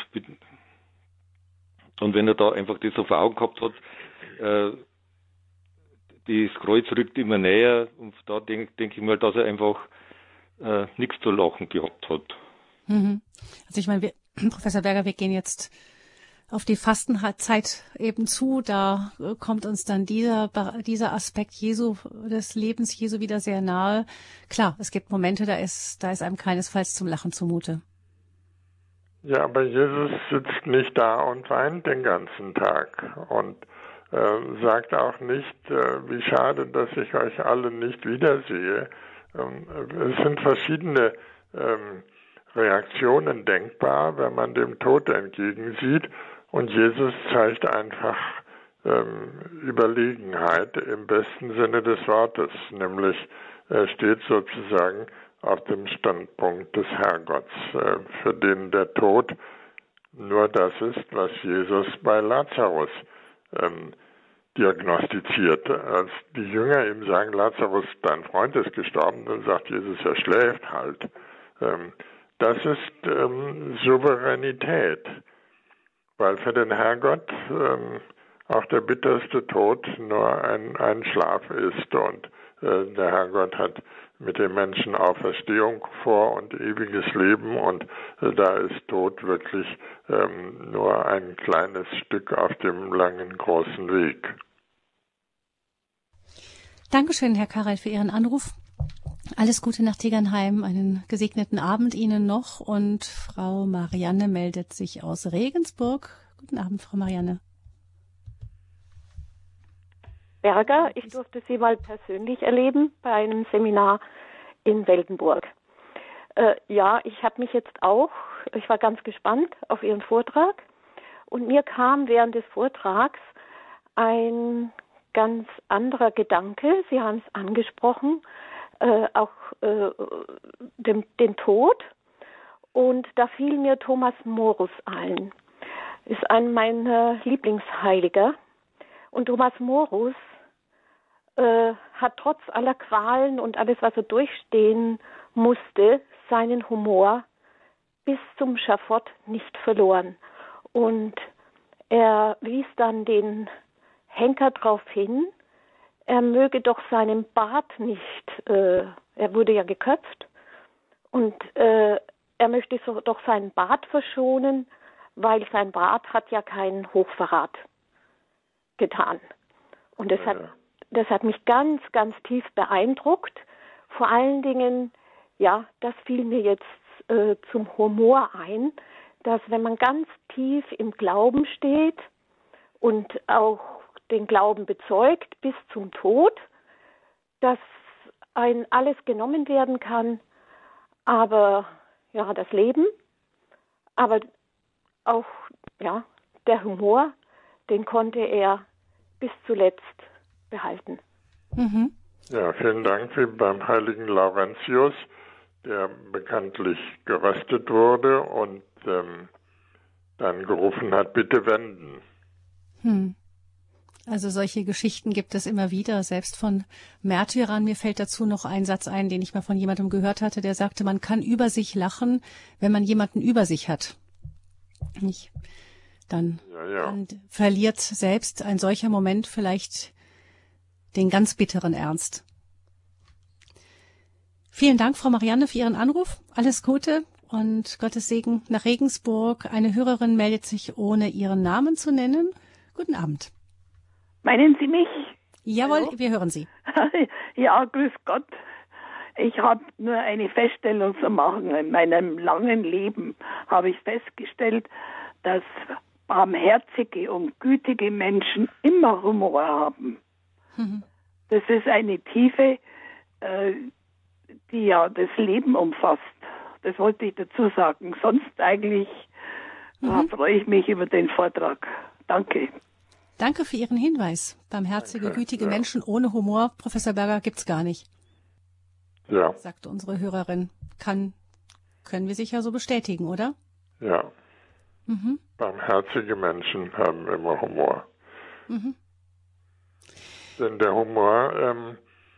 Speaker 5: Und wenn er da einfach das so vor Augen gehabt hat, äh, das Kreuz rückt immer näher, und da denke denk ich mal, dass er einfach äh, nichts zu lachen gehabt hat.
Speaker 1: Mhm. Also ich meine, wir, Professor Berger, wir gehen jetzt auf die Fastenzeit eben zu. Da kommt uns dann dieser, dieser Aspekt Jesu, des Lebens Jesu wieder sehr nahe. Klar, es gibt Momente, da ist, da ist einem keinesfalls zum Lachen zumute.
Speaker 2: Ja, aber Jesus sitzt nicht da und weint den ganzen Tag und äh, sagt auch nicht, äh, wie schade, dass ich euch alle nicht wiedersehe. Ähm, es sind verschiedene ähm, Reaktionen denkbar, wenn man dem Tod entgegensieht, und Jesus zeigt einfach ähm, Überlegenheit im besten Sinne des Wortes, nämlich er steht sozusagen auf dem Standpunkt des Herrgotts, äh, für den der Tod nur das ist, was Jesus bei Lazarus ähm, diagnostiziert. Als die Jünger ihm sagen, Lazarus, dein Freund ist gestorben, dann sagt Jesus, er schläft halt. Ähm, das ist ähm, Souveränität, weil für den Herrgott ähm, auch der bitterste Tod nur ein, ein Schlaf ist, und äh, der Herrgott hat mit den Menschen Auferstehung vor und ewiges Leben, und äh, da ist Tod wirklich ähm, nur ein kleines Stück auf dem langen, großen Weg.
Speaker 1: Dankeschön, Herr Karel, für Ihren Anruf. Alles Gute nach Tegernheim, einen gesegneten Abend Ihnen noch, und Frau Marianne meldet sich aus Regensburg. Guten Abend, Frau Marianne.
Speaker 6: Berger, ich durfte Sie mal persönlich erleben bei einem Seminar in Weltenburg. Äh, ja, ich habe mich jetzt auch, ich war ganz gespannt auf Ihren Vortrag, und mir kam während des Vortrags ein ganz anderer Gedanke. Sie haben es angesprochen, äh, auch äh, dem, den Tod, und da fiel mir Thomas Morus ein. Ist ein meiner Lieblingsheiliger, und Thomas Morus Äh, hat trotz aller Qualen und alles, was er durchstehen musste, seinen Humor bis zum Schafott nicht verloren. Und er wies dann den Henker darauf hin, er möge doch seinen Bart nicht, äh, er wurde ja geköpft, und äh, er möchte so, doch seinen Bart verschonen, weil sein Bart hat ja keinen Hochverrat getan. Und das hat Das hat mich ganz, ganz tief beeindruckt. Vor allen Dingen, ja, das fiel mir jetzt äh, zum Humor ein, dass wenn man ganz tief im Glauben steht und auch den Glauben bezeugt bis zum Tod, dass ein alles genommen werden kann, aber ja, das Leben, aber auch ja, der Humor, den konnte er bis zuletzt behalten.
Speaker 1: Mhm.
Speaker 2: Ja, vielen Dank, wie beim heiligen Laurentius, der bekanntlich geröstet wurde und ähm, dann gerufen hat, bitte wenden.
Speaker 1: Hm. Also solche Geschichten gibt es immer wieder, selbst von Märtyrern. Mir fällt dazu noch ein Satz ein, den ich mal von jemandem gehört hatte, der sagte, man kann über sich lachen, wenn man jemanden über sich hat. Nicht? Dann,
Speaker 2: ja, ja.
Speaker 1: dann verliert selbst ein solcher Moment vielleicht den ganz bitteren Ernst. Vielen Dank, Frau Marianne, für Ihren Anruf. Alles Gute und Gottes Segen nach Regensburg. Eine Hörerin meldet sich, ohne ihren Namen zu nennen. Guten Abend.
Speaker 7: Meinen Sie mich?
Speaker 1: Jawohl,
Speaker 7: Hallo?
Speaker 1: wir hören Sie.
Speaker 7: Ja, grüß Gott. Ich habe nur eine Feststellung zu machen. In meinem langen Leben habe ich festgestellt, dass barmherzige und gütige Menschen immer Humor haben. Mhm. Das ist eine Tiefe, äh, die ja das Leben umfasst. Das wollte ich dazu sagen. Sonst eigentlich mhm. ja, freue ich mich über den Vortrag. Danke.
Speaker 1: Danke für Ihren Hinweis. Barmherzige,
Speaker 2: Danke,
Speaker 1: gütige
Speaker 2: ja.
Speaker 1: Menschen ohne Humor, Professor Berger, gibt's gar nicht.
Speaker 2: Ja.
Speaker 1: Sagte unsere Hörerin. Kann, können wir sicher so bestätigen, oder?
Speaker 2: Ja.
Speaker 1: Mhm.
Speaker 2: Barmherzige Menschen haben immer Humor.
Speaker 1: Mhm.
Speaker 2: Denn der Humor ähm,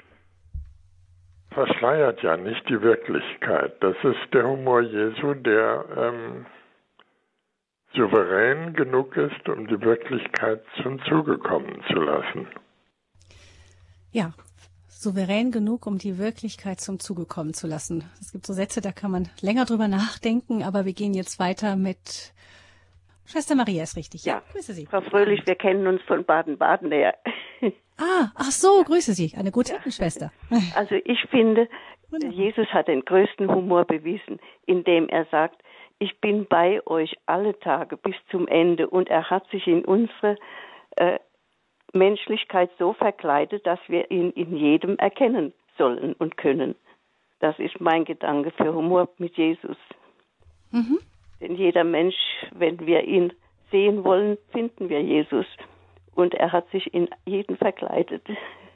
Speaker 2: verschleiert ja nicht die Wirklichkeit. Das ist der Humor Jesu, der ähm, souverän genug ist, um die Wirklichkeit zum Zuge kommen zu lassen.
Speaker 1: Ja, souverän genug, um die Wirklichkeit zum Zuge kommen zu lassen. Es gibt so Sätze, da kann man länger drüber nachdenken, aber wir gehen jetzt weiter mit Schwester Maria, ist richtig.
Speaker 8: Ja,
Speaker 1: grüße Sie.
Speaker 8: Frau Fröhlich, wir kennen uns von Baden-Baden her.
Speaker 1: Ah, ach so, grüße Sie, eine gute ja. Schwester.
Speaker 8: Also ich finde, Jesus hat den größten Humor bewiesen, indem er sagt, ich bin bei euch alle Tage bis zum Ende, und er hat sich in unsere äh, Menschlichkeit so verkleidet, dass wir ihn in jedem erkennen sollen und können. Das ist mein Gedanke für Humor mit Jesus. Mhm. Denn jeder Mensch, wenn wir ihn sehen wollen, finden wir Jesus. Und er hat sich in jeden verkleidet.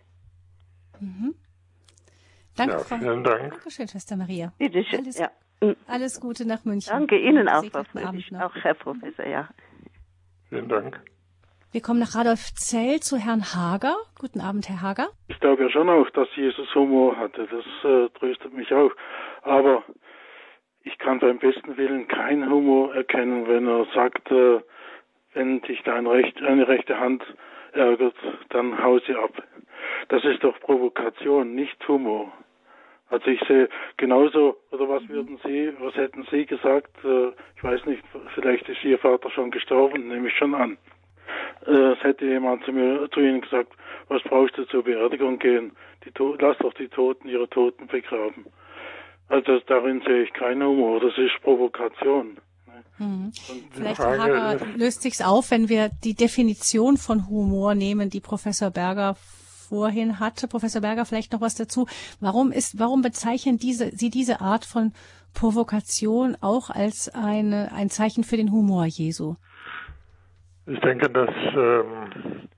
Speaker 1: Mhm. Danke,
Speaker 2: ja,
Speaker 1: Frau.
Speaker 2: Vielen Dank.
Speaker 1: Dankeschön, Schwester Maria.
Speaker 8: Bitte schön.
Speaker 1: Alles,
Speaker 8: ja.
Speaker 1: alles Gute nach München.
Speaker 8: Danke Ihnen auch, Frau
Speaker 1: Fröhlich,
Speaker 8: Fröhlich. Auch Herr Professor, ja.
Speaker 2: Vielen Dank.
Speaker 1: Wir kommen nach Radolfzell zu Herrn Hager. Guten Abend, Herr Hager.
Speaker 9: Ich glaube ja schon auch, dass Jesus Humor hatte. Das äh, tröstet mich auch. Aber ich kann beim besten Willen keinen Humor erkennen, wenn er sagt, äh, wenn dich deine rechte, eine rechte Hand ärgert, dann hau sie ab. Das ist doch Provokation, nicht Humor. Also ich sehe genauso, oder was würden Sie, was hätten Sie gesagt, äh, ich weiß nicht, vielleicht ist Ihr Vater schon gestorben, nehme ich schon an. Äh, es hätte jemand zu mir, zu Ihnen gesagt, was brauchst du zur Beerdigung gehen? Die to- Lass doch die Toten ihre Toten begraben. Also darin sehe ich keinen Humor, das ist Provokation.
Speaker 1: Hm. Vielleicht, Herr Hager, löst sich's auf, wenn wir die Definition von Humor nehmen, die Professor Berger vorhin hatte. Professor Berger, vielleicht noch was dazu. Warum ist, warum bezeichnen diese, Sie diese Art von Provokation auch als eine, ein Zeichen für den Humor Jesu?
Speaker 2: Ich denke, dass ähm,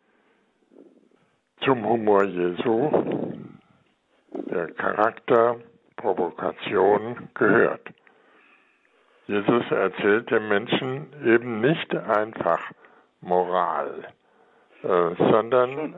Speaker 2: zum Humor Jesu der Charakter Provokation gehört. Jesus erzählt dem Menschen eben nicht einfach Moral, äh, sondern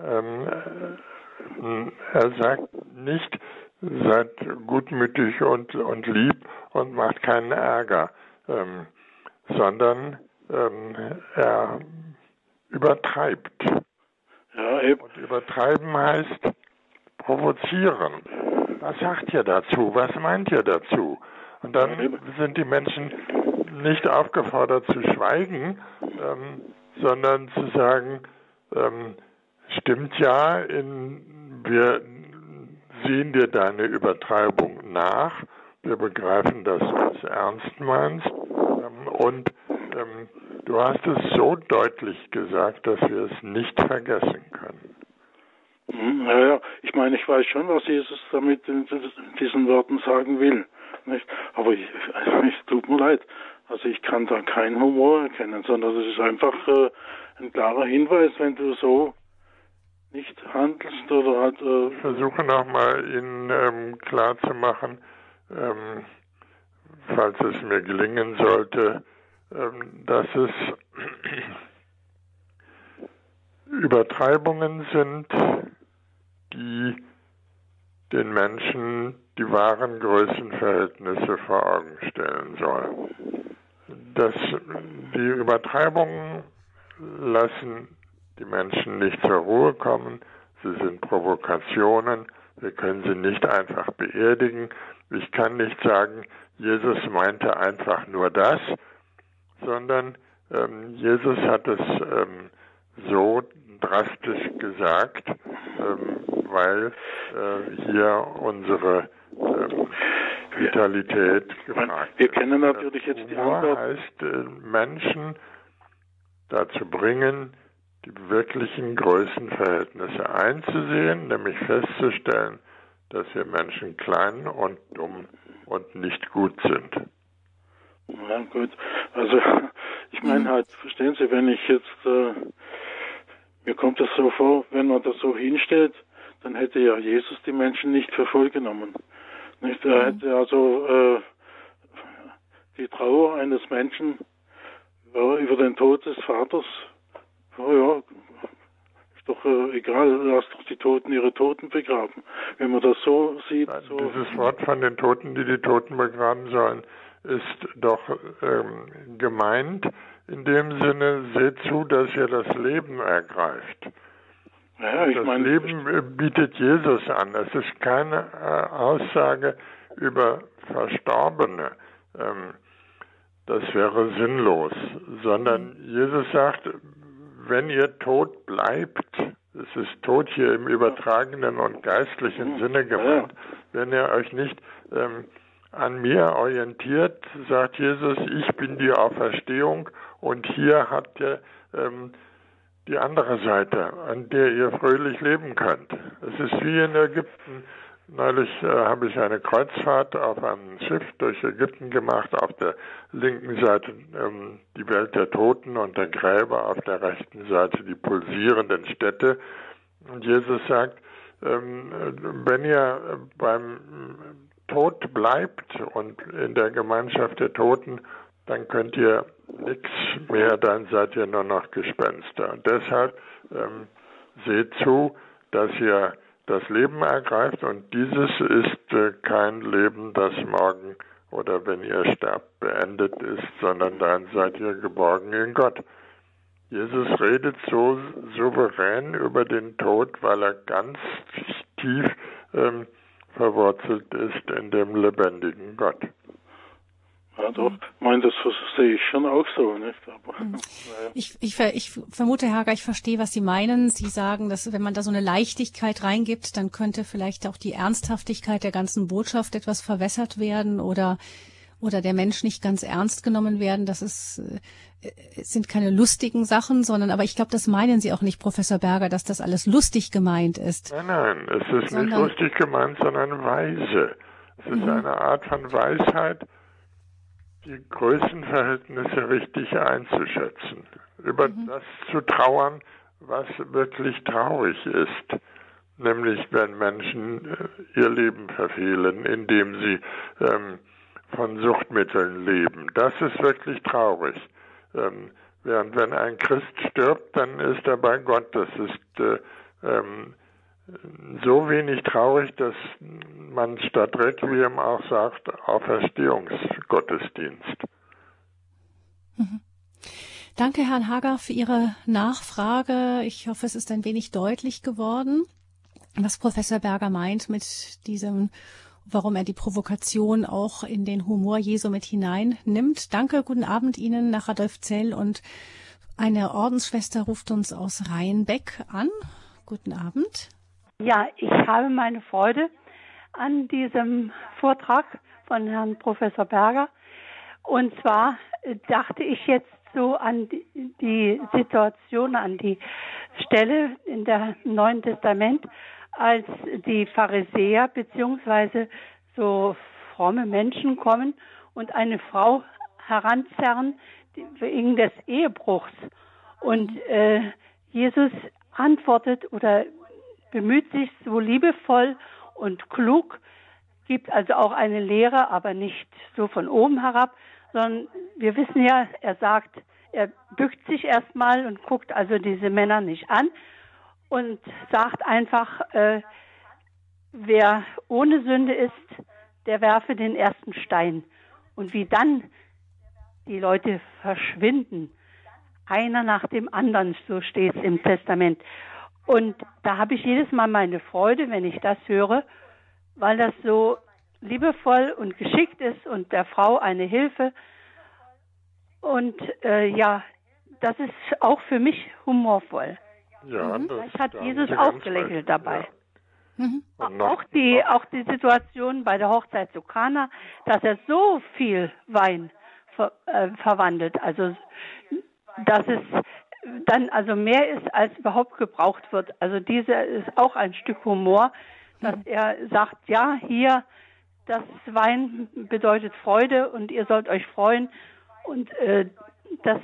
Speaker 2: ähm, er sagt nicht, seid gutmütig und, und lieb und macht keinen Ärger, ähm, sondern ähm, er übertreibt.
Speaker 9: Ja, eben.
Speaker 2: Und übertreiben heißt provozieren. Was sagt ihr dazu? Was meint ihr dazu? Und dann sind die Menschen nicht aufgefordert zu schweigen, ähm, sondern zu sagen, ähm, stimmt ja, in, wir sehen dir deine Übertreibung nach, wir begreifen, dass du es ernst meinst ähm, und ähm, du hast es so deutlich gesagt, dass wir es nicht vergessen können.
Speaker 9: Ja, ja, ich meine, ich weiß schon, was Jesus damit in diesen Worten sagen will. Nicht? Aber ich, es tut mir leid. Also ich kann da keinen Humor erkennen, sondern es ist einfach äh, ein klarer Hinweis, wenn du so nicht handelst oder halt... Äh
Speaker 2: ich versuche nochmal Ihnen ähm, klarzumachen, ähm, falls es mir gelingen sollte, ähm, dass es Übertreibungen sind, die den Menschen die wahren Größenverhältnisse vor Augen stellen sollen. Das, die Übertreibungen lassen die Menschen nicht zur Ruhe kommen, sie sind Provokationen, wir können sie nicht einfach beerdigen. Ich kann nicht sagen, Jesus meinte einfach nur das, sondern ähm, Jesus hat es ähm, so drastisch gesagt, ähm, weil äh, hier unsere ähm, Vitalität gefragt ist.
Speaker 9: Wir kennen natürlich jetzt die
Speaker 2: Humor
Speaker 9: Antwort.
Speaker 2: heißt, äh, Menschen dazu bringen, die wirklichen Größenverhältnisse einzusehen, nämlich festzustellen, dass wir Menschen klein und dumm und nicht gut sind.
Speaker 9: Ja, gut. Also, ich meine halt, verstehen Sie, wenn ich jetzt, äh, mir kommt das so vor, wenn man das so hinstellt, dann hätte ja Jesus die Menschen nicht für voll genommen. Nicht? Er hätte also äh, die Trauer eines Menschen ja, über den Tod des Vaters, oh ja, ist doch äh, egal, lass doch die Toten ihre Toten begraben. Wenn man das so sieht. So
Speaker 2: Dieses Wort von den Toten, die die Toten begraben sollen, ist doch ähm, gemeint in dem Sinne, seht zu, dass ihr das Leben ergreift.
Speaker 9: Ja, ich
Speaker 2: das
Speaker 9: mein,
Speaker 2: Leben bietet Jesus an. Es ist keine äh, Aussage über Verstorbene. Ähm, das wäre sinnlos. Sondern Jesus sagt, wenn ihr tot bleibt, es ist tot hier im übertragenen und geistlichen Sinne gemeint, wenn ihr euch nicht ähm, an mir orientiert, sagt Jesus, ich bin die Auferstehung und hier habt ihr ähm, die andere Seite, an der ihr fröhlich leben könnt. Es ist wie in Ägypten. Neulich äh, habe ich eine Kreuzfahrt auf einem Schiff durch Ägypten gemacht. Auf der linken Seite ähm, die Welt der Toten und der Gräber, auf der rechten Seite die pulsierenden Städte. Und Jesus sagt, ähm, wenn ihr beim Tod bleibt und in der Gemeinschaft der Toten, dann könnt ihr nichts mehr, dann seid ihr nur noch Gespenster. Und deshalb ähm, seht zu, dass ihr das Leben ergreift und dieses ist äh, kein Leben, das morgen oder wenn ihr sterbt beendet ist, sondern dann seid ihr geborgen in Gott. Jesus redet so souverän über den Tod, weil er ganz tief ähm, verwurzelt ist in dem lebendigen Gott.
Speaker 9: Ja, doch. Ich meine, das sehe ich schon auch so, nicht? Aber,
Speaker 1: mhm.
Speaker 9: naja.
Speaker 1: ich, ich, ich vermute, Herr Hager, ich verstehe, was Sie meinen. Sie sagen, dass wenn man da so eine Leichtigkeit reingibt, dann könnte vielleicht auch die Ernsthaftigkeit der ganzen Botschaft etwas verwässert werden oder oder der Mensch nicht ganz ernst genommen werden. Das ist, es sind keine lustigen Sachen, sondern, aber ich glaube, das meinen Sie auch nicht, Professor Berger, dass das alles lustig gemeint ist.
Speaker 2: Nein, nein, es ist sondern, nicht lustig gemeint, sondern weise. Es ist mhm. eine Art von Weisheit, die Größenverhältnisse richtig einzuschätzen, über mhm. das zu trauern, was wirklich traurig ist, nämlich wenn Menschen ihr Leben verfehlen, indem sie ähm, von Suchtmitteln leben. Das ist wirklich traurig. Ähm, während wenn ein Christ stirbt, dann ist er bei Gott. Das ist äh, ähm, so wenig traurig, dass man statt Requiem auch sagt, Auferstehungsgottesdienst.
Speaker 1: Mhm. Danke, Herrn Hager, für Ihre Nachfrage. Ich hoffe, es ist ein wenig deutlich geworden, was Professor Berger meint mit diesem, warum er die Provokation auch in den Humor Jesu mit hineinnimmt. Danke, guten Abend Ihnen nach Radolfzell und eine Ordensschwester ruft uns aus Rheinbeck an. Guten Abend.
Speaker 10: Ja, ich habe meine Freude an diesem Vortrag von Herrn Professor Berger. Und zwar dachte ich jetzt so an die Situation, an die Stelle in der Neuen Testament, als die Pharisäer beziehungsweise so fromme Menschen kommen und eine Frau heranzerren wegen des Ehebruchs. Und äh, Jesus antwortet oder bemüht sich so liebevoll und klug, gibt also auch eine Lehre, aber nicht so von oben herab, sondern wir wissen ja, er sagt, er bückt sich erstmal und guckt also diese Männer nicht an und sagt einfach, äh, wer ohne Sünde ist, der werfe den ersten Stein. Und wie dann die Leute verschwinden, einer nach dem anderen, so steht es im Testament. Und da habe ich jedes Mal meine Freude, wenn ich das höre, weil das so liebevoll und geschickt ist und der Frau eine Hilfe. Und äh, ja, das ist auch für mich humorvoll.
Speaker 2: Ja,
Speaker 10: Mhm.
Speaker 2: das
Speaker 10: Vielleicht hat
Speaker 2: da
Speaker 10: Jesus
Speaker 2: haben Sie
Speaker 10: auch
Speaker 2: ganz
Speaker 10: gelächelt
Speaker 2: recht.
Speaker 10: dabei.
Speaker 2: Ja.
Speaker 1: Mhm.
Speaker 2: Und noch-
Speaker 10: Auch die, auch die Situation bei der Hochzeit zu Kana, dass er so viel Wein ver, äh, verwandelt, also dass es dann also mehr ist, als überhaupt gebraucht wird. Also diese ist auch ein Stück Humor, dass er sagt, ja, hier, das Wein bedeutet Freude und ihr sollt euch freuen. Und äh, das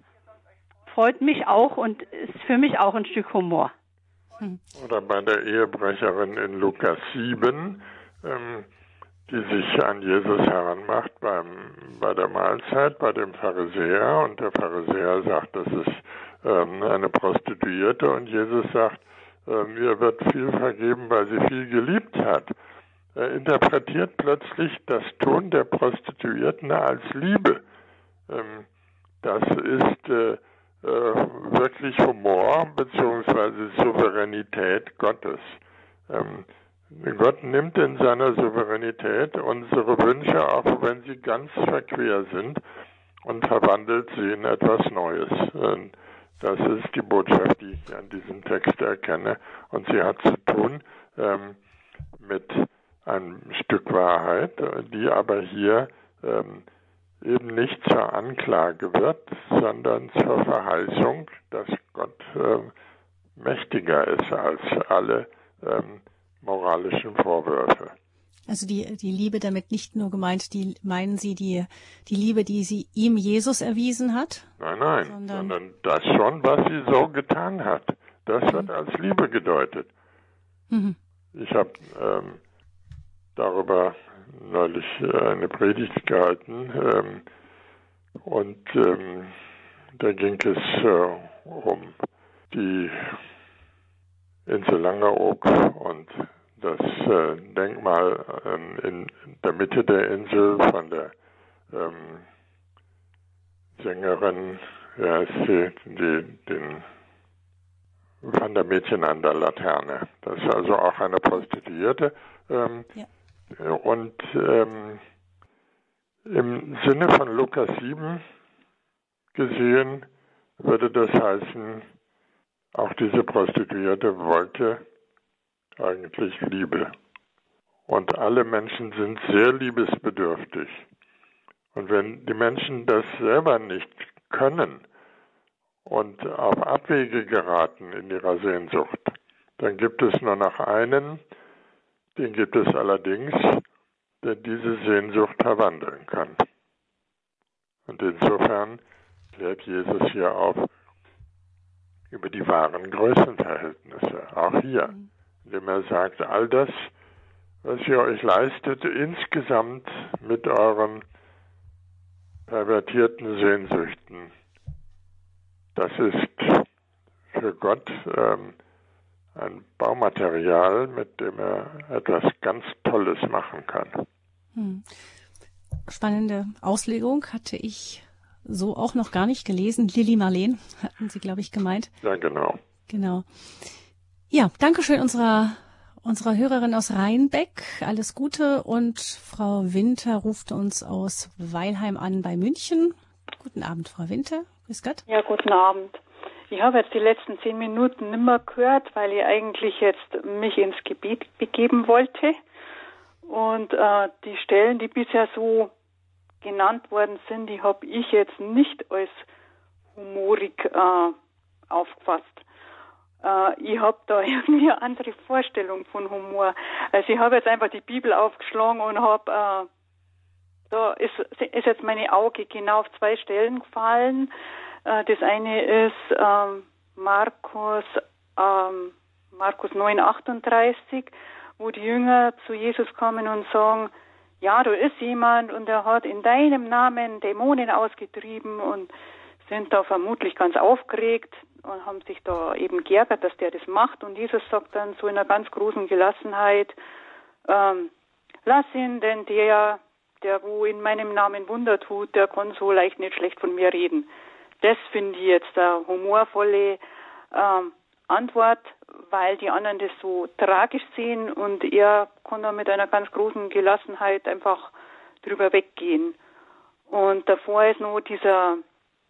Speaker 10: freut mich auch und ist für mich auch ein Stück Humor.
Speaker 2: Oder bei der Ehebrecherin in Lukas sieben, ähm, die sich an Jesus heranmacht beim, bei der Mahlzeit, bei dem Pharisäer. Und der Pharisäer sagt, das ist ähm, eine Prostituierte. Und Jesus sagt, ähm, ihr wird viel vergeben, weil sie viel geliebt hat. Er interpretiert plötzlich das Tun der Prostituierten als Liebe. Ähm, das ist äh, wirklich Humor bzw. Souveränität Gottes. Ähm, Gott nimmt in seiner Souveränität unsere Wünsche, auch wenn sie ganz verquer sind, und verwandelt sie in etwas Neues. Ähm, das ist die Botschaft, die ich an diesem Text erkenne. Und sie hat zu tun ähm, mit einem Stück Wahrheit, die aber hier ähm, eben nicht zur Anklage wird, sondern zur Verheißung, dass Gott äh, mächtiger ist als alle ähm, moralischen Vorwürfe.
Speaker 1: Also die, die Liebe damit nicht nur gemeint, die meinen Sie die, die Liebe, die sie ihm Jesus erwiesen hat?
Speaker 2: Nein, nein,
Speaker 1: sondern,
Speaker 2: sondern das schon, was sie so getan hat. Das mhm. wird als Liebe gedeutet. Mhm. Ich habe ähm, darüber neulich eine Predigt gehalten ähm, und ähm, da ging es äh, um die Insel Langeoog und das äh, Denkmal ähm, in der Mitte der Insel von der ähm, Sängerin, ja, sie, die, den, von der Mädchen an der Laterne. Das ist also auch eine Prostituierte. Ähm, ja. Und ähm, im Sinne von Lukas sieben gesehen würde das heißen, auch diese Prostituierte wollte eigentlich Liebe. Und alle Menschen sind sehr liebesbedürftig. Und wenn die Menschen das selber nicht können und auf Abwege geraten in ihrer Sehnsucht, dann gibt es nur noch einen, den gibt es allerdings, der diese Sehnsucht verwandeln kann. Und insofern klärt Jesus hier auf über die wahren Größenverhältnisse, auch hier, indem er sagt, all das, was ihr euch leistet, insgesamt mit euren pervertierten Sehnsüchten, das ist für Gott ähm, ein Baumaterial, mit dem er etwas ganz Tolles machen kann.
Speaker 1: Hm. Spannende Auslegung hatte ich so auch noch gar nicht gelesen. Lilly Marleen hatten Sie, glaube ich, gemeint.
Speaker 2: Ja, genau.
Speaker 1: Genau. Ja, danke schön unserer, unserer Hörerin aus Rheinbeck. Alles Gute. Und Frau Winter ruft uns aus Weilheim an bei München. Guten Abend, Frau Winter. Grüß Gott.
Speaker 11: Ja, guten Abend. Ich habe jetzt die letzten zehn Minuten nicht mehr gehört, weil ich eigentlich jetzt mich ins Gebet begeben wollte. Und äh, die Stellen, die bisher so genannt worden sind, die habe ich jetzt nicht als humorig äh, aufgefasst. Äh, ich habe da irgendwie eine andere Vorstellung von Humor. Also ich habe jetzt einfach die Bibel aufgeschlagen und habe, äh, da ist, ist jetzt meine Auge genau auf zwei Stellen gefallen. Äh, das eine ist ähm, Markus, ähm, Markus neun achtunddreißig, wo die Jünger zu Jesus kommen und sagen, ja, da ist jemand und er hat in deinem Namen Dämonen ausgetrieben und sind da vermutlich ganz aufgeregt und haben sich da eben geärgert, dass der das macht. Und Jesus sagt dann so in einer ganz großen Gelassenheit, ähm, lass ihn, denn der, der wo in meinem Namen Wunder tut, der kann so leicht nicht schlecht von mir reden. Das finde ich jetzt eine humorvolle ähm, Antwort, weil die anderen das so tragisch sehen und er kann da mit einer ganz großen Gelassenheit einfach drüber weggehen. Und davor ist noch dieser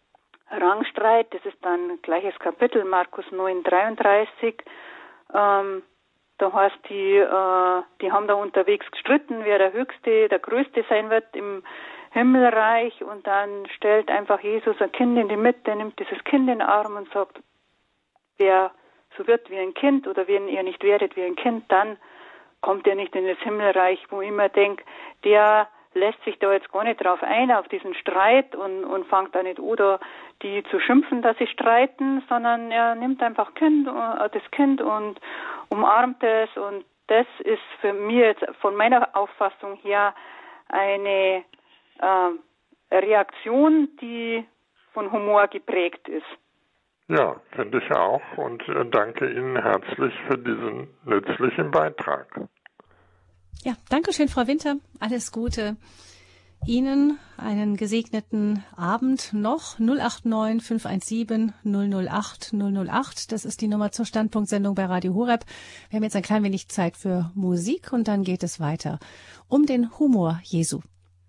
Speaker 11: Rangstreit, das ist dann gleiches Kapitel, Markus neun, dreiunddreißig. Ähm, da heißt die, äh, die haben da unterwegs gestritten, wer der Höchste, der Größte sein wird im Himmelreich, und dann stellt einfach Jesus ein Kind in die Mitte, nimmt dieses Kind in den Arm und sagt, wer so wird wie ein Kind oder wenn ihr nicht werdet wie ein Kind, dann kommt ihr nicht in das Himmelreich, wo ich immer denke, der lässt sich da jetzt gar nicht drauf ein, auf diesen Streit und, und fängt da nicht oder die zu schimpfen, dass sie streiten, sondern er nimmt einfach kind, das Kind und umarmt es, und das ist für mich jetzt von meiner Auffassung her eine äh, Reaktion, die von Humor geprägt ist.
Speaker 2: Ja, finde ich auch, und äh, danke Ihnen herzlich für diesen nützlichen Beitrag.
Speaker 1: Ja, danke schön, Frau Winter. Alles Gute. Ihnen einen gesegneten Abend noch. null acht neun fünf eins sieben null null acht null null acht. Das ist die Nummer zur Standpunktsendung bei Radio Horeb. Wir haben jetzt ein klein wenig Zeit für Musik und dann geht es weiter um den Humor Jesu.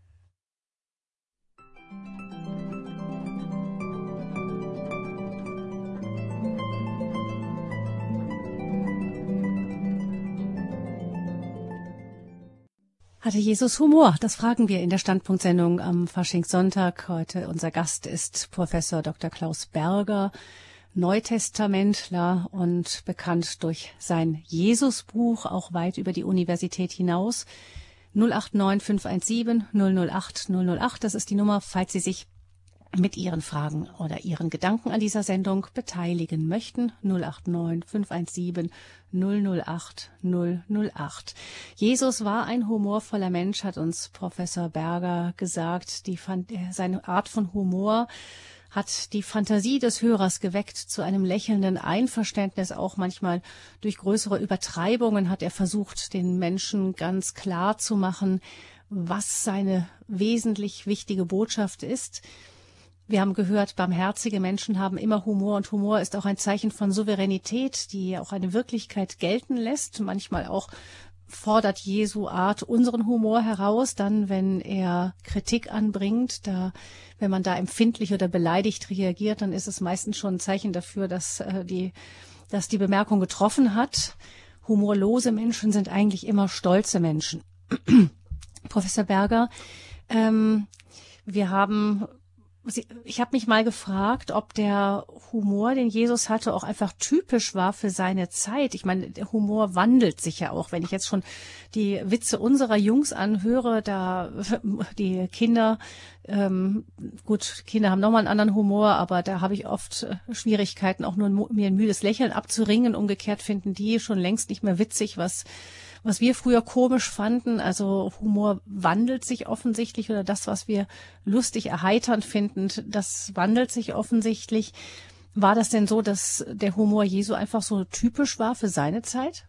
Speaker 1: Hatte Jesus Humor? Das fragen wir in der Standpunktsendung am Faschingssonntag. Heute unser Gast ist Professor Doktor Klaus Berger, Neutestamentler und bekannt durch sein Jesusbuch, auch weit über die Universität hinaus. null acht neun fünf eins sieben null null acht null null acht, das ist die Nummer, falls Sie sich mit Ihren Fragen oder Ihren Gedanken an dieser Sendung beteiligen möchten. null acht neun fünf eins sieben null null acht null null acht. Jesus war ein humorvoller Mensch, hat uns Professor Berger gesagt. Die, seine Art von Humor hat die Fantasie des Hörers geweckt zu einem lächelnden Einverständnis. Auch manchmal durch größere Übertreibungen hat er versucht, den Menschen ganz klar zu machen, was seine wesentlich wichtige Botschaft ist. Wir haben gehört, barmherzige Menschen haben immer Humor, und Humor ist auch ein Zeichen von Souveränität, die auch eine Wirklichkeit gelten lässt. Manchmal auch fordert Jesu Art unseren Humor heraus, dann, wenn er Kritik anbringt. Da, wenn man da empfindlich oder beleidigt reagiert, dann ist es meistens schon ein Zeichen dafür, dass äh, die, dass die Bemerkung getroffen hat. Humorlose Menschen sind eigentlich immer stolze Menschen. Professor Berger, ähm, wir haben Ich habe mich mal gefragt, ob der Humor, den Jesus hatte, auch einfach typisch war für seine Zeit. Ich meine, der Humor wandelt sich ja auch. Wenn ich jetzt schon die Witze unserer Jungs anhöre, da die Kinder, ähm, gut, Kinder haben nochmal einen anderen Humor, aber da habe ich oft Schwierigkeiten, auch nur mir ein müdes Lächeln abzuringen. Umgekehrt finden die schon längst nicht mehr witzig, was was wir früher komisch fanden. Also Humor wandelt sich offensichtlich, oder das, was wir lustig, erheiternd finden, das wandelt sich offensichtlich. War das denn so, dass der Humor Jesu einfach so typisch war für seine Zeit?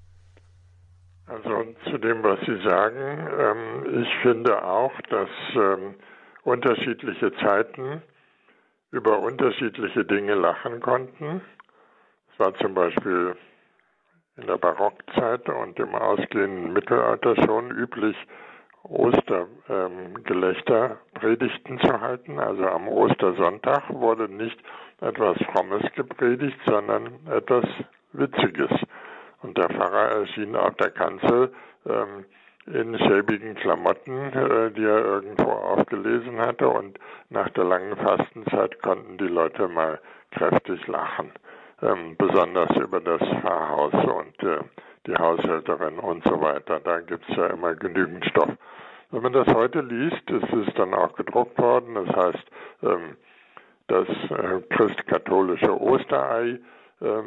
Speaker 2: Also zu dem, was Sie sagen, ähm, ich finde auch, dass ähm, unterschiedliche Zeiten über unterschiedliche Dinge lachen konnten. Es war zum Beispiel in der Barockzeit und im ausgehenden Mittelalter schon üblich, Ostergelächterpredigten ähm, zu halten. Also am Ostersonntag wurde nicht etwas Frommes gepredigt, sondern etwas Witziges. Und der Pfarrer erschien auf der Kanzel ähm, in schäbigen Klamotten, äh, die er irgendwo aufgelesen hatte. Und nach der langen Fastenzeit konnten die Leute mal kräftig lachen. Ähm, besonders über das Pfarrhaus und äh, die Haushälterin und so weiter. Da gibt es ja immer genügend Stoff. Wenn man das heute liest, es ist dann auch gedruckt worden, das heißt, ähm, das äh, christkatholische Osterei, ähm,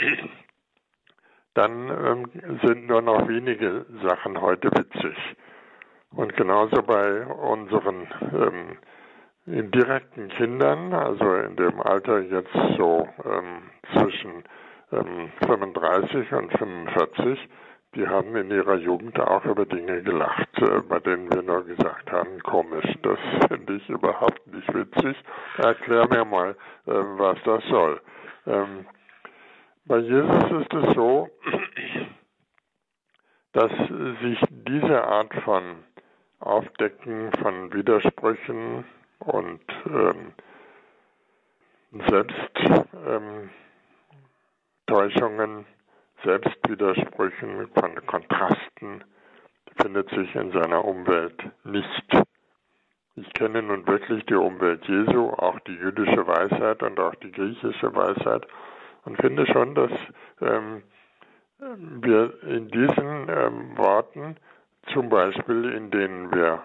Speaker 2: dann ähm, sind nur noch wenige Sachen heute witzig. Und genauso bei unseren ähm, in direkten Kindern, also in dem Alter jetzt so ähm, zwischen ähm, fünfunddreißig und fünfundvierzig, die haben in ihrer Jugend auch über Dinge gelacht, äh, bei denen wir nur gesagt haben, komisch, das finde ich überhaupt nicht witzig. Erklär mir mal, äh, was das soll. Ähm, bei Jesus ist es so, dass sich diese Art von Aufdecken von Widersprüchen und ähm, Selbsttäuschungen, ähm, Selbstwidersprüchen, von Kontrasten findet sich in seiner Umwelt nicht. Ich kenne nun wirklich die Umwelt Jesu, auch die jüdische Weisheit und auch die griechische Weisheit, und finde schon, dass ähm, wir in diesen ähm, Worten, zum Beispiel in denen wir,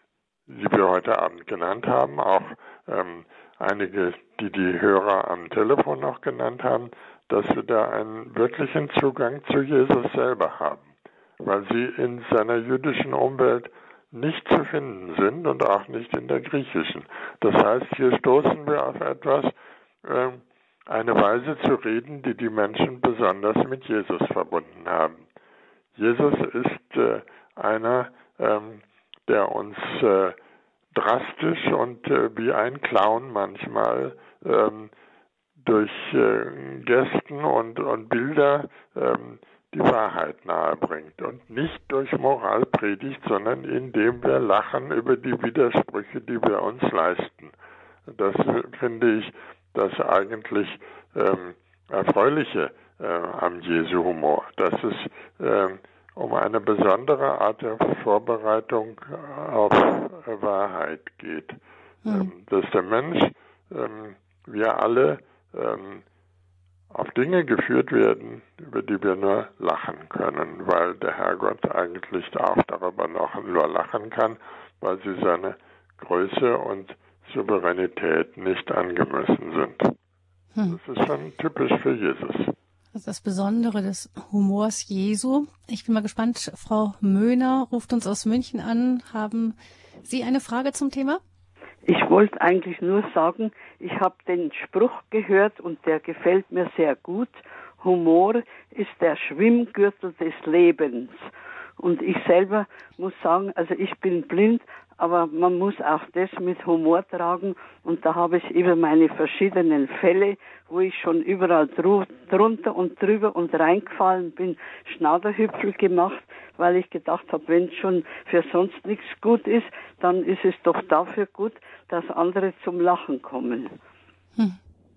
Speaker 2: die wir heute Abend genannt haben, auch ähm, einige, die die Hörer am Telefon noch genannt haben, dass wir da einen wirklichen Zugang zu Jesus selber haben, weil sie in seiner jüdischen Umwelt nicht zu finden sind und auch nicht in der griechischen. Das heißt, hier stoßen wir auf etwas, äh, eine Weise zu reden, die die Menschen besonders mit Jesus verbunden haben. Jesus ist äh, einer, ähm, der uns äh, drastisch und äh, wie ein Clown manchmal ähm, durch äh, Gesten und, und Bilder ähm, die Wahrheit nahebringt. Und nicht durch Moralpredigt, sondern indem wir lachen über die Widersprüche, die wir uns leisten. Das finde ich das eigentlich ähm, Erfreuliche äh, am Jesu Humor, dass es äh, um eine besondere Art der Vorbereitung auf äh, Wahrheit geht. Mhm. Ähm, dass der Mensch, ähm, wir alle, ähm, auf Dinge geführt werden, über die wir nur lachen können, weil der Herrgott eigentlich auch darüber noch nur lachen kann, weil sie seine Größe und Souveränität nicht angemessen sind. Hm. Das ist schon typisch für Jesus.
Speaker 1: Das ist das Besondere des Humors Jesu. Ich bin mal gespannt, Frau Möhner ruft uns aus München an. Haben Sie eine Frage zum Thema?
Speaker 12: Ich wollte eigentlich nur sagen, ich habe den Spruch gehört und der gefällt mir sehr gut. Humor ist der Schwimmgürtel des Lebens. Und ich selber muss sagen, also ich bin blind, aber man muss auch das mit Humor tragen. Und da habe ich eben meine verschiedenen Fälle, wo ich schon überall dru- drunter und drüber und reingefallen bin, Schneiderhüpfel gemacht, weil ich gedacht habe, wenn es schon für sonst nichts gut ist, dann ist es doch dafür gut, dass andere zum Lachen kommen.
Speaker 2: Hm.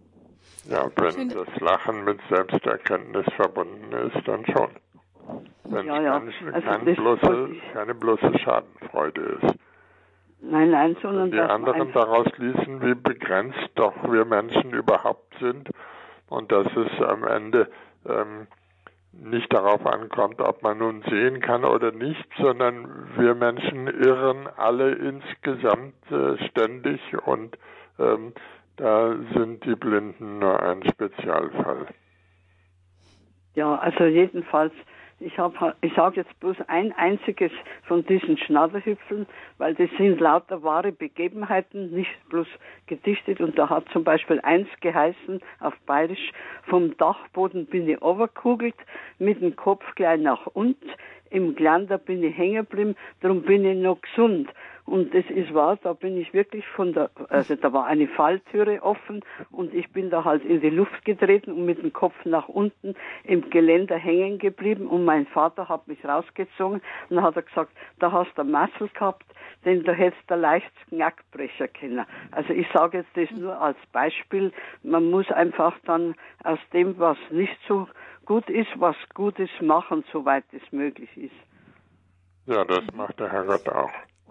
Speaker 2: Ja, wenn das Lachen mit Selbsterkenntnis verbunden ist, dann schon. Wenn
Speaker 12: ja, ja.
Speaker 2: es
Speaker 12: also
Speaker 2: kein bloße, keine bloße Schadenfreude ist.
Speaker 12: Nein, nein, sondern
Speaker 2: die anderen daraus schließen, wie begrenzt doch wir Menschen überhaupt sind und dass es am Ende ähm, nicht darauf ankommt, ob man nun sehen kann oder nicht, sondern wir Menschen irren alle insgesamt äh, ständig und ähm, da sind die Blinden nur ein Spezialfall.
Speaker 12: Ja, also jedenfalls, ich habe, ich sage jetzt bloß ein einziges von diesen Schneiderhüpfeln, weil das sind lauter wahre Begebenheiten, nicht bloß gedichtet. Und da hat zum Beispiel eins geheißen, auf Bayerisch, vom Dachboden bin ich runtergekugelt, mit dem Kopf gleich nach unten, im Glander bin ich hängen geblieben, darum bin ich noch gesund. Und das ist wahr, da bin ich wirklich von der, also da war eine Falltüre offen und ich bin da halt in die Luft getreten und mit dem Kopf nach unten im Geländer hängen geblieben und mein Vater hat mich rausgezogen und dann hat er gesagt, da hast du ein Messer gehabt, denn da hättest du leicht Knack brechen können. Also ich sage jetzt das nur als Beispiel, man muss einfach dann aus dem, was nicht so gut ist, was Gutes machen, soweit es möglich ist.
Speaker 2: Ja, das macht der Herrgott auch.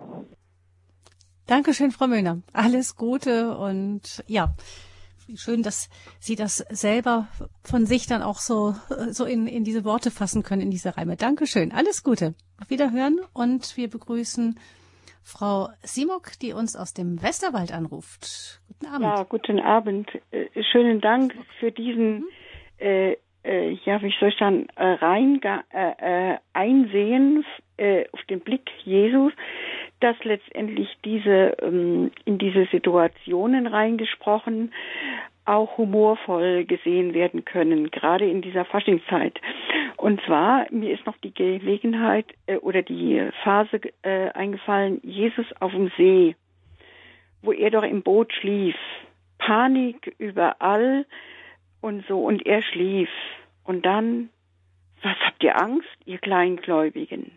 Speaker 1: Dankeschön, Frau Möhner. Alles Gute und ja, schön, dass Sie das selber von sich dann auch so, so in, in diese Worte fassen können, in diese Reime. Dankeschön. Alles Gute. Auf Wiederhören und wir begrüßen Frau Simok, die uns aus dem Westerwald anruft. Guten Abend.
Speaker 13: Ja, guten Abend. Äh, schönen Dank für diesen, mhm. äh, äh, ja, wie soll ich sagen, äh, rein, äh, äh, Einsehen äh, auf den Blick Jesus, dass letztendlich diese ähm, in diese Situationen reingesprochen auch humorvoll gesehen werden können, gerade in dieser Faschingszeit. Und zwar, mir ist noch die Gelegenheit äh, oder die Phase äh, eingefallen, Jesus auf dem See, wo er doch im Boot schlief. Panik überall und so, und er schlief. Und dann, was habt ihr Angst, ihr Kleingläubigen?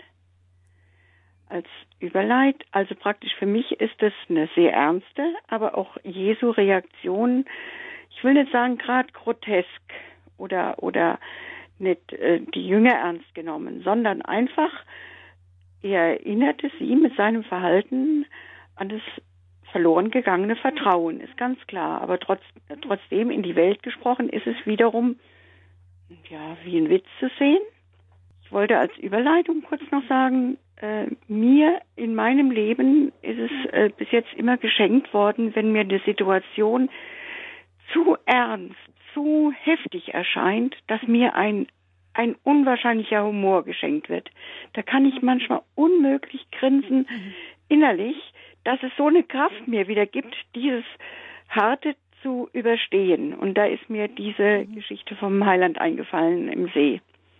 Speaker 13: Als Überleit, also praktisch für mich ist das eine sehr ernste, aber auch Jesu Reaktion. ich will nicht sagen gerade grotesk oder, oder nicht äh, die Jünger ernst genommen, sondern einfach, er erinnerte sie mit seinem Verhalten an das verloren gegangene Vertrauen, ist ganz klar. Aber trotz, trotzdem in die Welt gesprochen ist es wiederum ja wie ein Witz zu sehen. Ich wollte als Überleitung kurz noch sagen, äh, mir in meinem Leben ist es äh, bis jetzt immer geschenkt worden, wenn mir die Situation zu ernst, zu heftig erscheint, dass mir ein ein unwahrscheinlicher Humor geschenkt wird. Da kann ich manchmal unmöglich grinsen mhm. innerlich, dass es so eine Kraft mir wieder gibt, dieses Harte zu überstehen. Und da ist mir diese mhm. Geschichte vom Heiland eingefallen im See.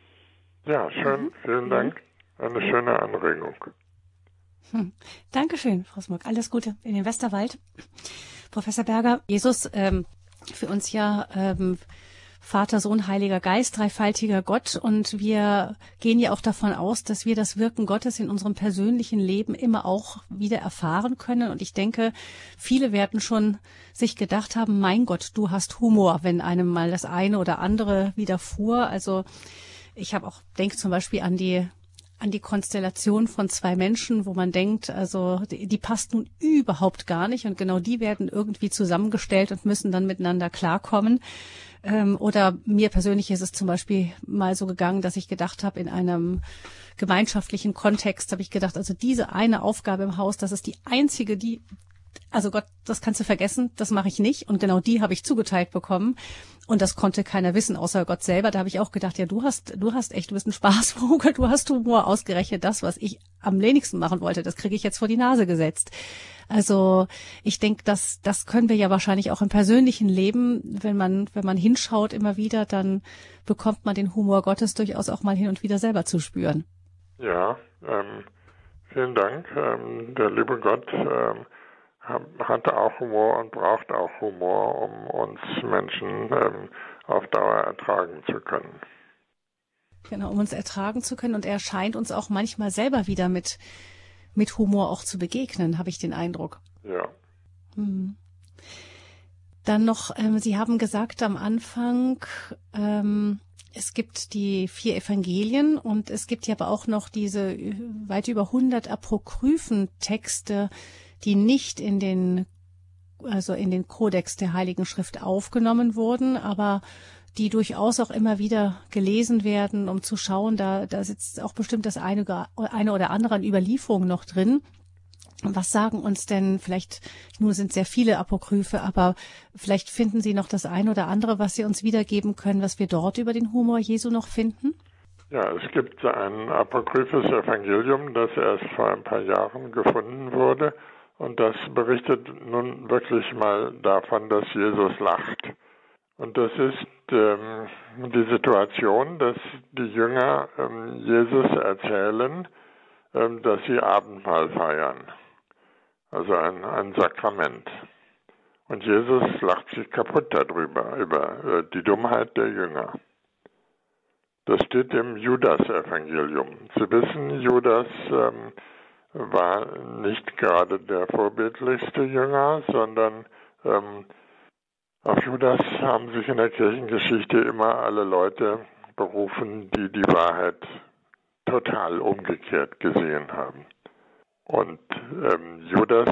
Speaker 2: Ja, schön. Vielen Dank. Eine schöne Anregung.
Speaker 1: Hm. Dankeschön, Frau Smuk. Alles Gute in den Westerwald. Professor Berger, Jesus, ähm, für uns ja ähm, Vater, Sohn, Heiliger Geist, dreifaltiger Gott. Und wir gehen ja auch davon aus, dass wir das Wirken Gottes in unserem persönlichen Leben immer auch wieder erfahren können. Und ich denke, viele werden schon sich gedacht haben, mein Gott, du hast Humor, wenn einem mal das eine oder andere widerfuhr. Also ich habe auch, denke zum Beispiel an die an die Konstellation von zwei Menschen, wo man denkt, also die, die passt nun überhaupt gar nicht und genau die werden irgendwie zusammengestellt und müssen dann miteinander klarkommen. Ähm, oder mir persönlich ist es zum Beispiel mal so gegangen, dass ich gedacht habe, in einem gemeinschaftlichen Kontext habe ich gedacht, also diese eine Aufgabe im Haus, das ist die einzige, die also Gott, das kannst du vergessen, das mache ich nicht. Und genau die habe ich zugeteilt bekommen. Und das konnte keiner wissen, außer Gott selber. Da habe ich auch gedacht, ja, du hast, du hast echt, du bist ein Spaßvogel, du hast Humor, ausgerechnet das, was ich am wenigsten machen wollte. Das kriege ich jetzt vor die Nase gesetzt. Also ich denke, das, das können wir ja wahrscheinlich auch im persönlichen Leben, wenn man, wenn man hinschaut immer wieder, dann bekommt man den Humor Gottes durchaus auch mal hin und wieder selber zu spüren.
Speaker 2: Ja, ähm, vielen Dank. Ähm, der liebe Gott ähm, hatte auch Humor und braucht auch Humor, um uns Menschen ähm, auf Dauer ertragen zu können.
Speaker 1: Genau, um uns ertragen zu können. Und er scheint uns auch manchmal selber wieder mit, mit Humor auch zu begegnen, habe ich den Eindruck.
Speaker 2: Ja.
Speaker 1: Hm. Dann noch, ähm, Sie haben gesagt am Anfang, ähm, es gibt die vier Evangelien und es gibt ja aber auch noch diese weit über hundert Apokryphen-Texte, die nicht in den, also in den Kodex der Heiligen Schrift aufgenommen wurden, aber die durchaus auch immer wieder gelesen werden, um zu schauen, da, da sitzt auch bestimmt das eine, eine oder andere an Überlieferung noch drin. Was sagen uns denn, vielleicht, nun sind sehr viele Apokryphe, aber vielleicht finden Sie noch das eine oder andere, was Sie uns wiedergeben können, was wir dort über den Humor Jesu noch finden?
Speaker 2: Ja, es gibt ein apokryphes Evangelium, das erst vor ein paar Jahren gefunden wurde. Und das berichtet nun wirklich mal davon, dass Jesus lacht. Und das ist ähm, die Situation, dass die Jünger ähm, Jesus erzählen, ähm, dass sie Abendmahl feiern. Also ein, ein Sakrament. Und Jesus lacht sich kaputt darüber, über äh, die Dummheit der Jünger. Das steht im Judas-Evangelium. Sie wissen, Judas ähm, war nicht gerade der vorbildlichste Jünger, sondern ähm, auf Judas haben sich in der Kirchengeschichte immer alle Leute berufen, die die Wahrheit total umgekehrt gesehen haben. Und ähm, Judas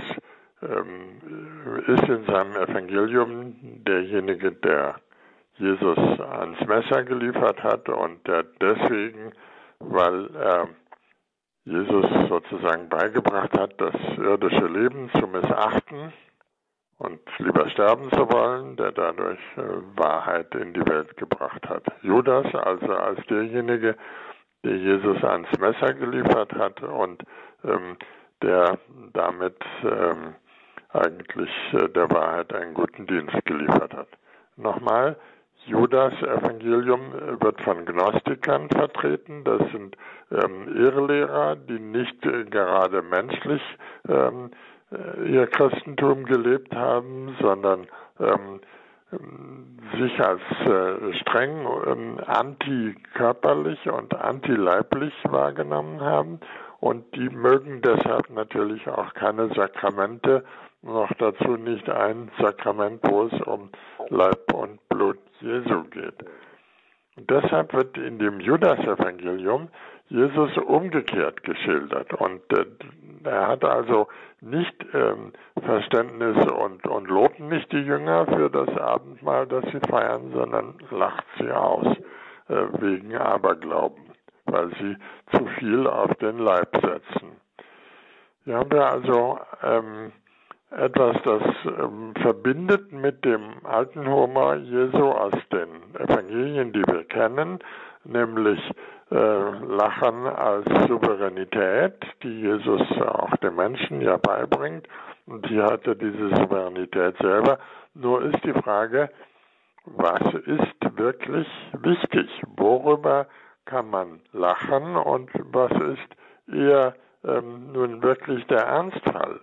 Speaker 2: ähm, ist in seinem Evangelium derjenige, der Jesus ans Messer geliefert hat und der deswegen, weil er Jesus sozusagen beigebracht hat, das irdische Leben zu missachten und lieber sterben zu wollen, der dadurch äh, Wahrheit in die Welt gebracht hat. Judas also als derjenige, der Jesus ans Messer geliefert hat und ähm, der damit ähm, eigentlich äh, der Wahrheit einen guten Dienst geliefert hat. Nochmal, Judas Evangelium wird von Gnostikern vertreten. Das sind ähm, Irrlehrer, die nicht äh, gerade menschlich ähm, ihr Christentum gelebt haben, sondern ähm, sich als äh, streng ähm, antikörperlich und antileiblich wahrgenommen haben und die mögen deshalb natürlich auch keine Sakramente, noch dazu nicht ein Sakrament, wo es um Leib und Blut Jesu geht. Und deshalb wird in dem Judas-Evangelium Jesus umgekehrt geschildert. Und äh, er hat also nicht ähm, Verständnis und, und lobt nicht die Jünger für das Abendmahl, das sie feiern, sondern lacht sie aus äh, wegen Aberglauben, weil sie zu viel auf den Leib setzen. Hier haben wir also ähm, etwas, das ähm, verbindet mit dem alten Humor Jesu aus den Evangelien, die wir kennen, nämlich äh, Lachen als Souveränität, die Jesus auch den Menschen ja beibringt. Und hier hat er diese Souveränität selber. Nur ist die Frage, was ist wirklich wichtig? Worüber kann man lachen und was ist eher ähm, nun wirklich der Ernstfall?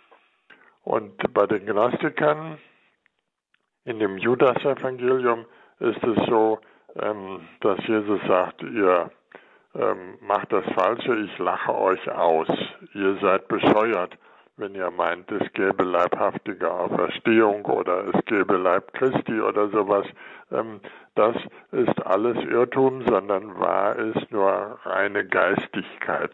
Speaker 2: Und bei den Gnostikern in dem Judas-Evangelium ist es so, ähm, dass Jesus sagt, ihr ähm, macht das Falsche, ich lache euch aus. Ihr seid bescheuert, wenn ihr meint, es gäbe leibhaftige Auferstehung oder es gäbe Leib Christi oder sowas. Ähm, das ist alles Irrtum, sondern wahr ist nur reine Geistigkeit.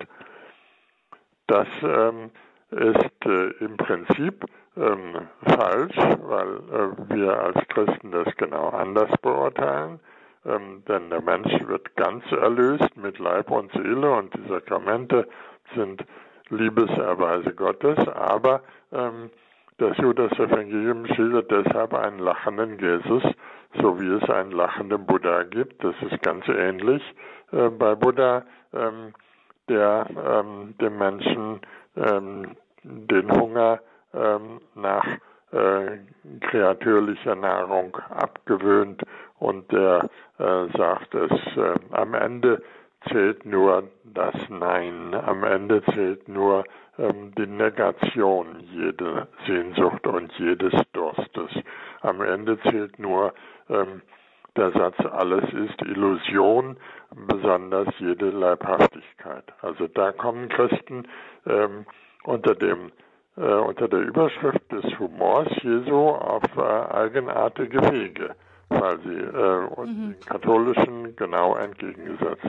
Speaker 2: Das ähm, ist äh, im Prinzip ähm, falsch, weil äh, wir als Christen das genau anders beurteilen. Ähm, denn der Mensch wird ganz erlöst mit Leib und Seele und die Sakramente sind Liebeserweise Gottes, aber ähm, das Judas-Evangelium schildert deshalb einen lachenden Jesus, so wie es einen lachenden Buddha gibt. Das ist ganz ähnlich äh, bei Buddha, ähm, der ähm, dem Menschen ähm, den Hunger ähm, nach äh, kreatürlicher Nahrung abgewöhnt und der äh, sagt, es äh, am Ende zählt nur das Nein, am Ende zählt nur ähm, die Negation jeder Sehnsucht und jedes Durstes. Am Ende zählt nur ähm, der Satz, alles ist Illusion, besonders jede Leibhaftigkeit. Also da kommen Christen ähm, unter dem äh, unter der Überschrift des Humors Jesu auf äh, eigenartige Wege, weil sie äh, mhm. den Katholischen genau entgegengesetzt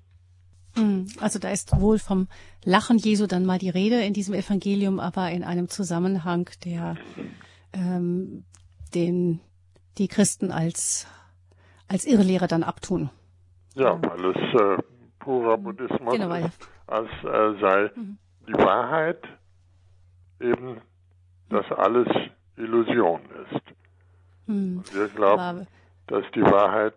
Speaker 2: sind.
Speaker 1: Also da ist wohl vom Lachen Jesu dann mal die Rede in diesem Evangelium, aber in einem Zusammenhang, der ähm, den die Christen als als Irrlehre dann abtun.
Speaker 2: Ja, weil es äh, purer Buddhismus genau, weil, ist, als äh, sei mhm. die Wahrheit eben, dass alles Illusion ist. Mhm. Und wir glauben, aber, dass die Wahrheit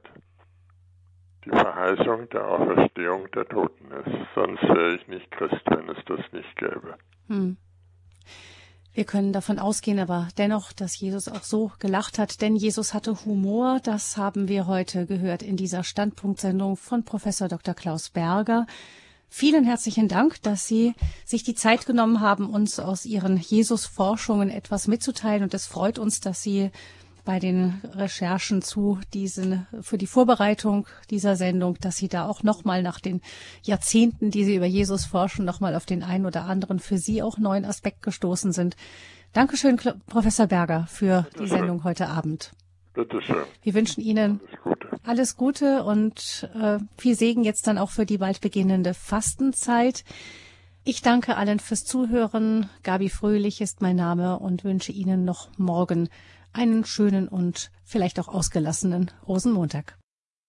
Speaker 2: die Verheißung der Auferstehung der Toten ist. Sonst wäre ich nicht Christ, wenn es das nicht gäbe.
Speaker 1: Hm. Wir können davon ausgehen, aber dennoch, dass Jesus auch so gelacht hat, denn Jesus hatte Humor. Das haben wir heute gehört in dieser Standpunktsendung von Professor Doktor Klaus Berger. Vielen herzlichen Dank, dass Sie sich die Zeit genommen haben, uns aus Ihren Jesus-Forschungen etwas mitzuteilen. Und es freut uns, dass Sie bei den Recherchen zu diesen, für die Vorbereitung dieser Sendung, dass Sie da auch nochmal nach den Jahrzehnten, die Sie über Jesus forschen, nochmal auf den einen oder anderen für Sie auch neuen Aspekt gestoßen sind. Dankeschön, Professor Berger, für Bitte die schön. Sendung heute Abend.
Speaker 2: Bitte schön.
Speaker 1: Wir wünschen Ihnen alles Gute, alles Gute und äh, viel Segen jetzt dann auch für die bald beginnende Fastenzeit. Ich danke allen fürs Zuhören. Gabi Fröhlich ist mein Name und wünsche Ihnen noch morgen einen schönen und vielleicht auch ausgelassenen Rosenmontag.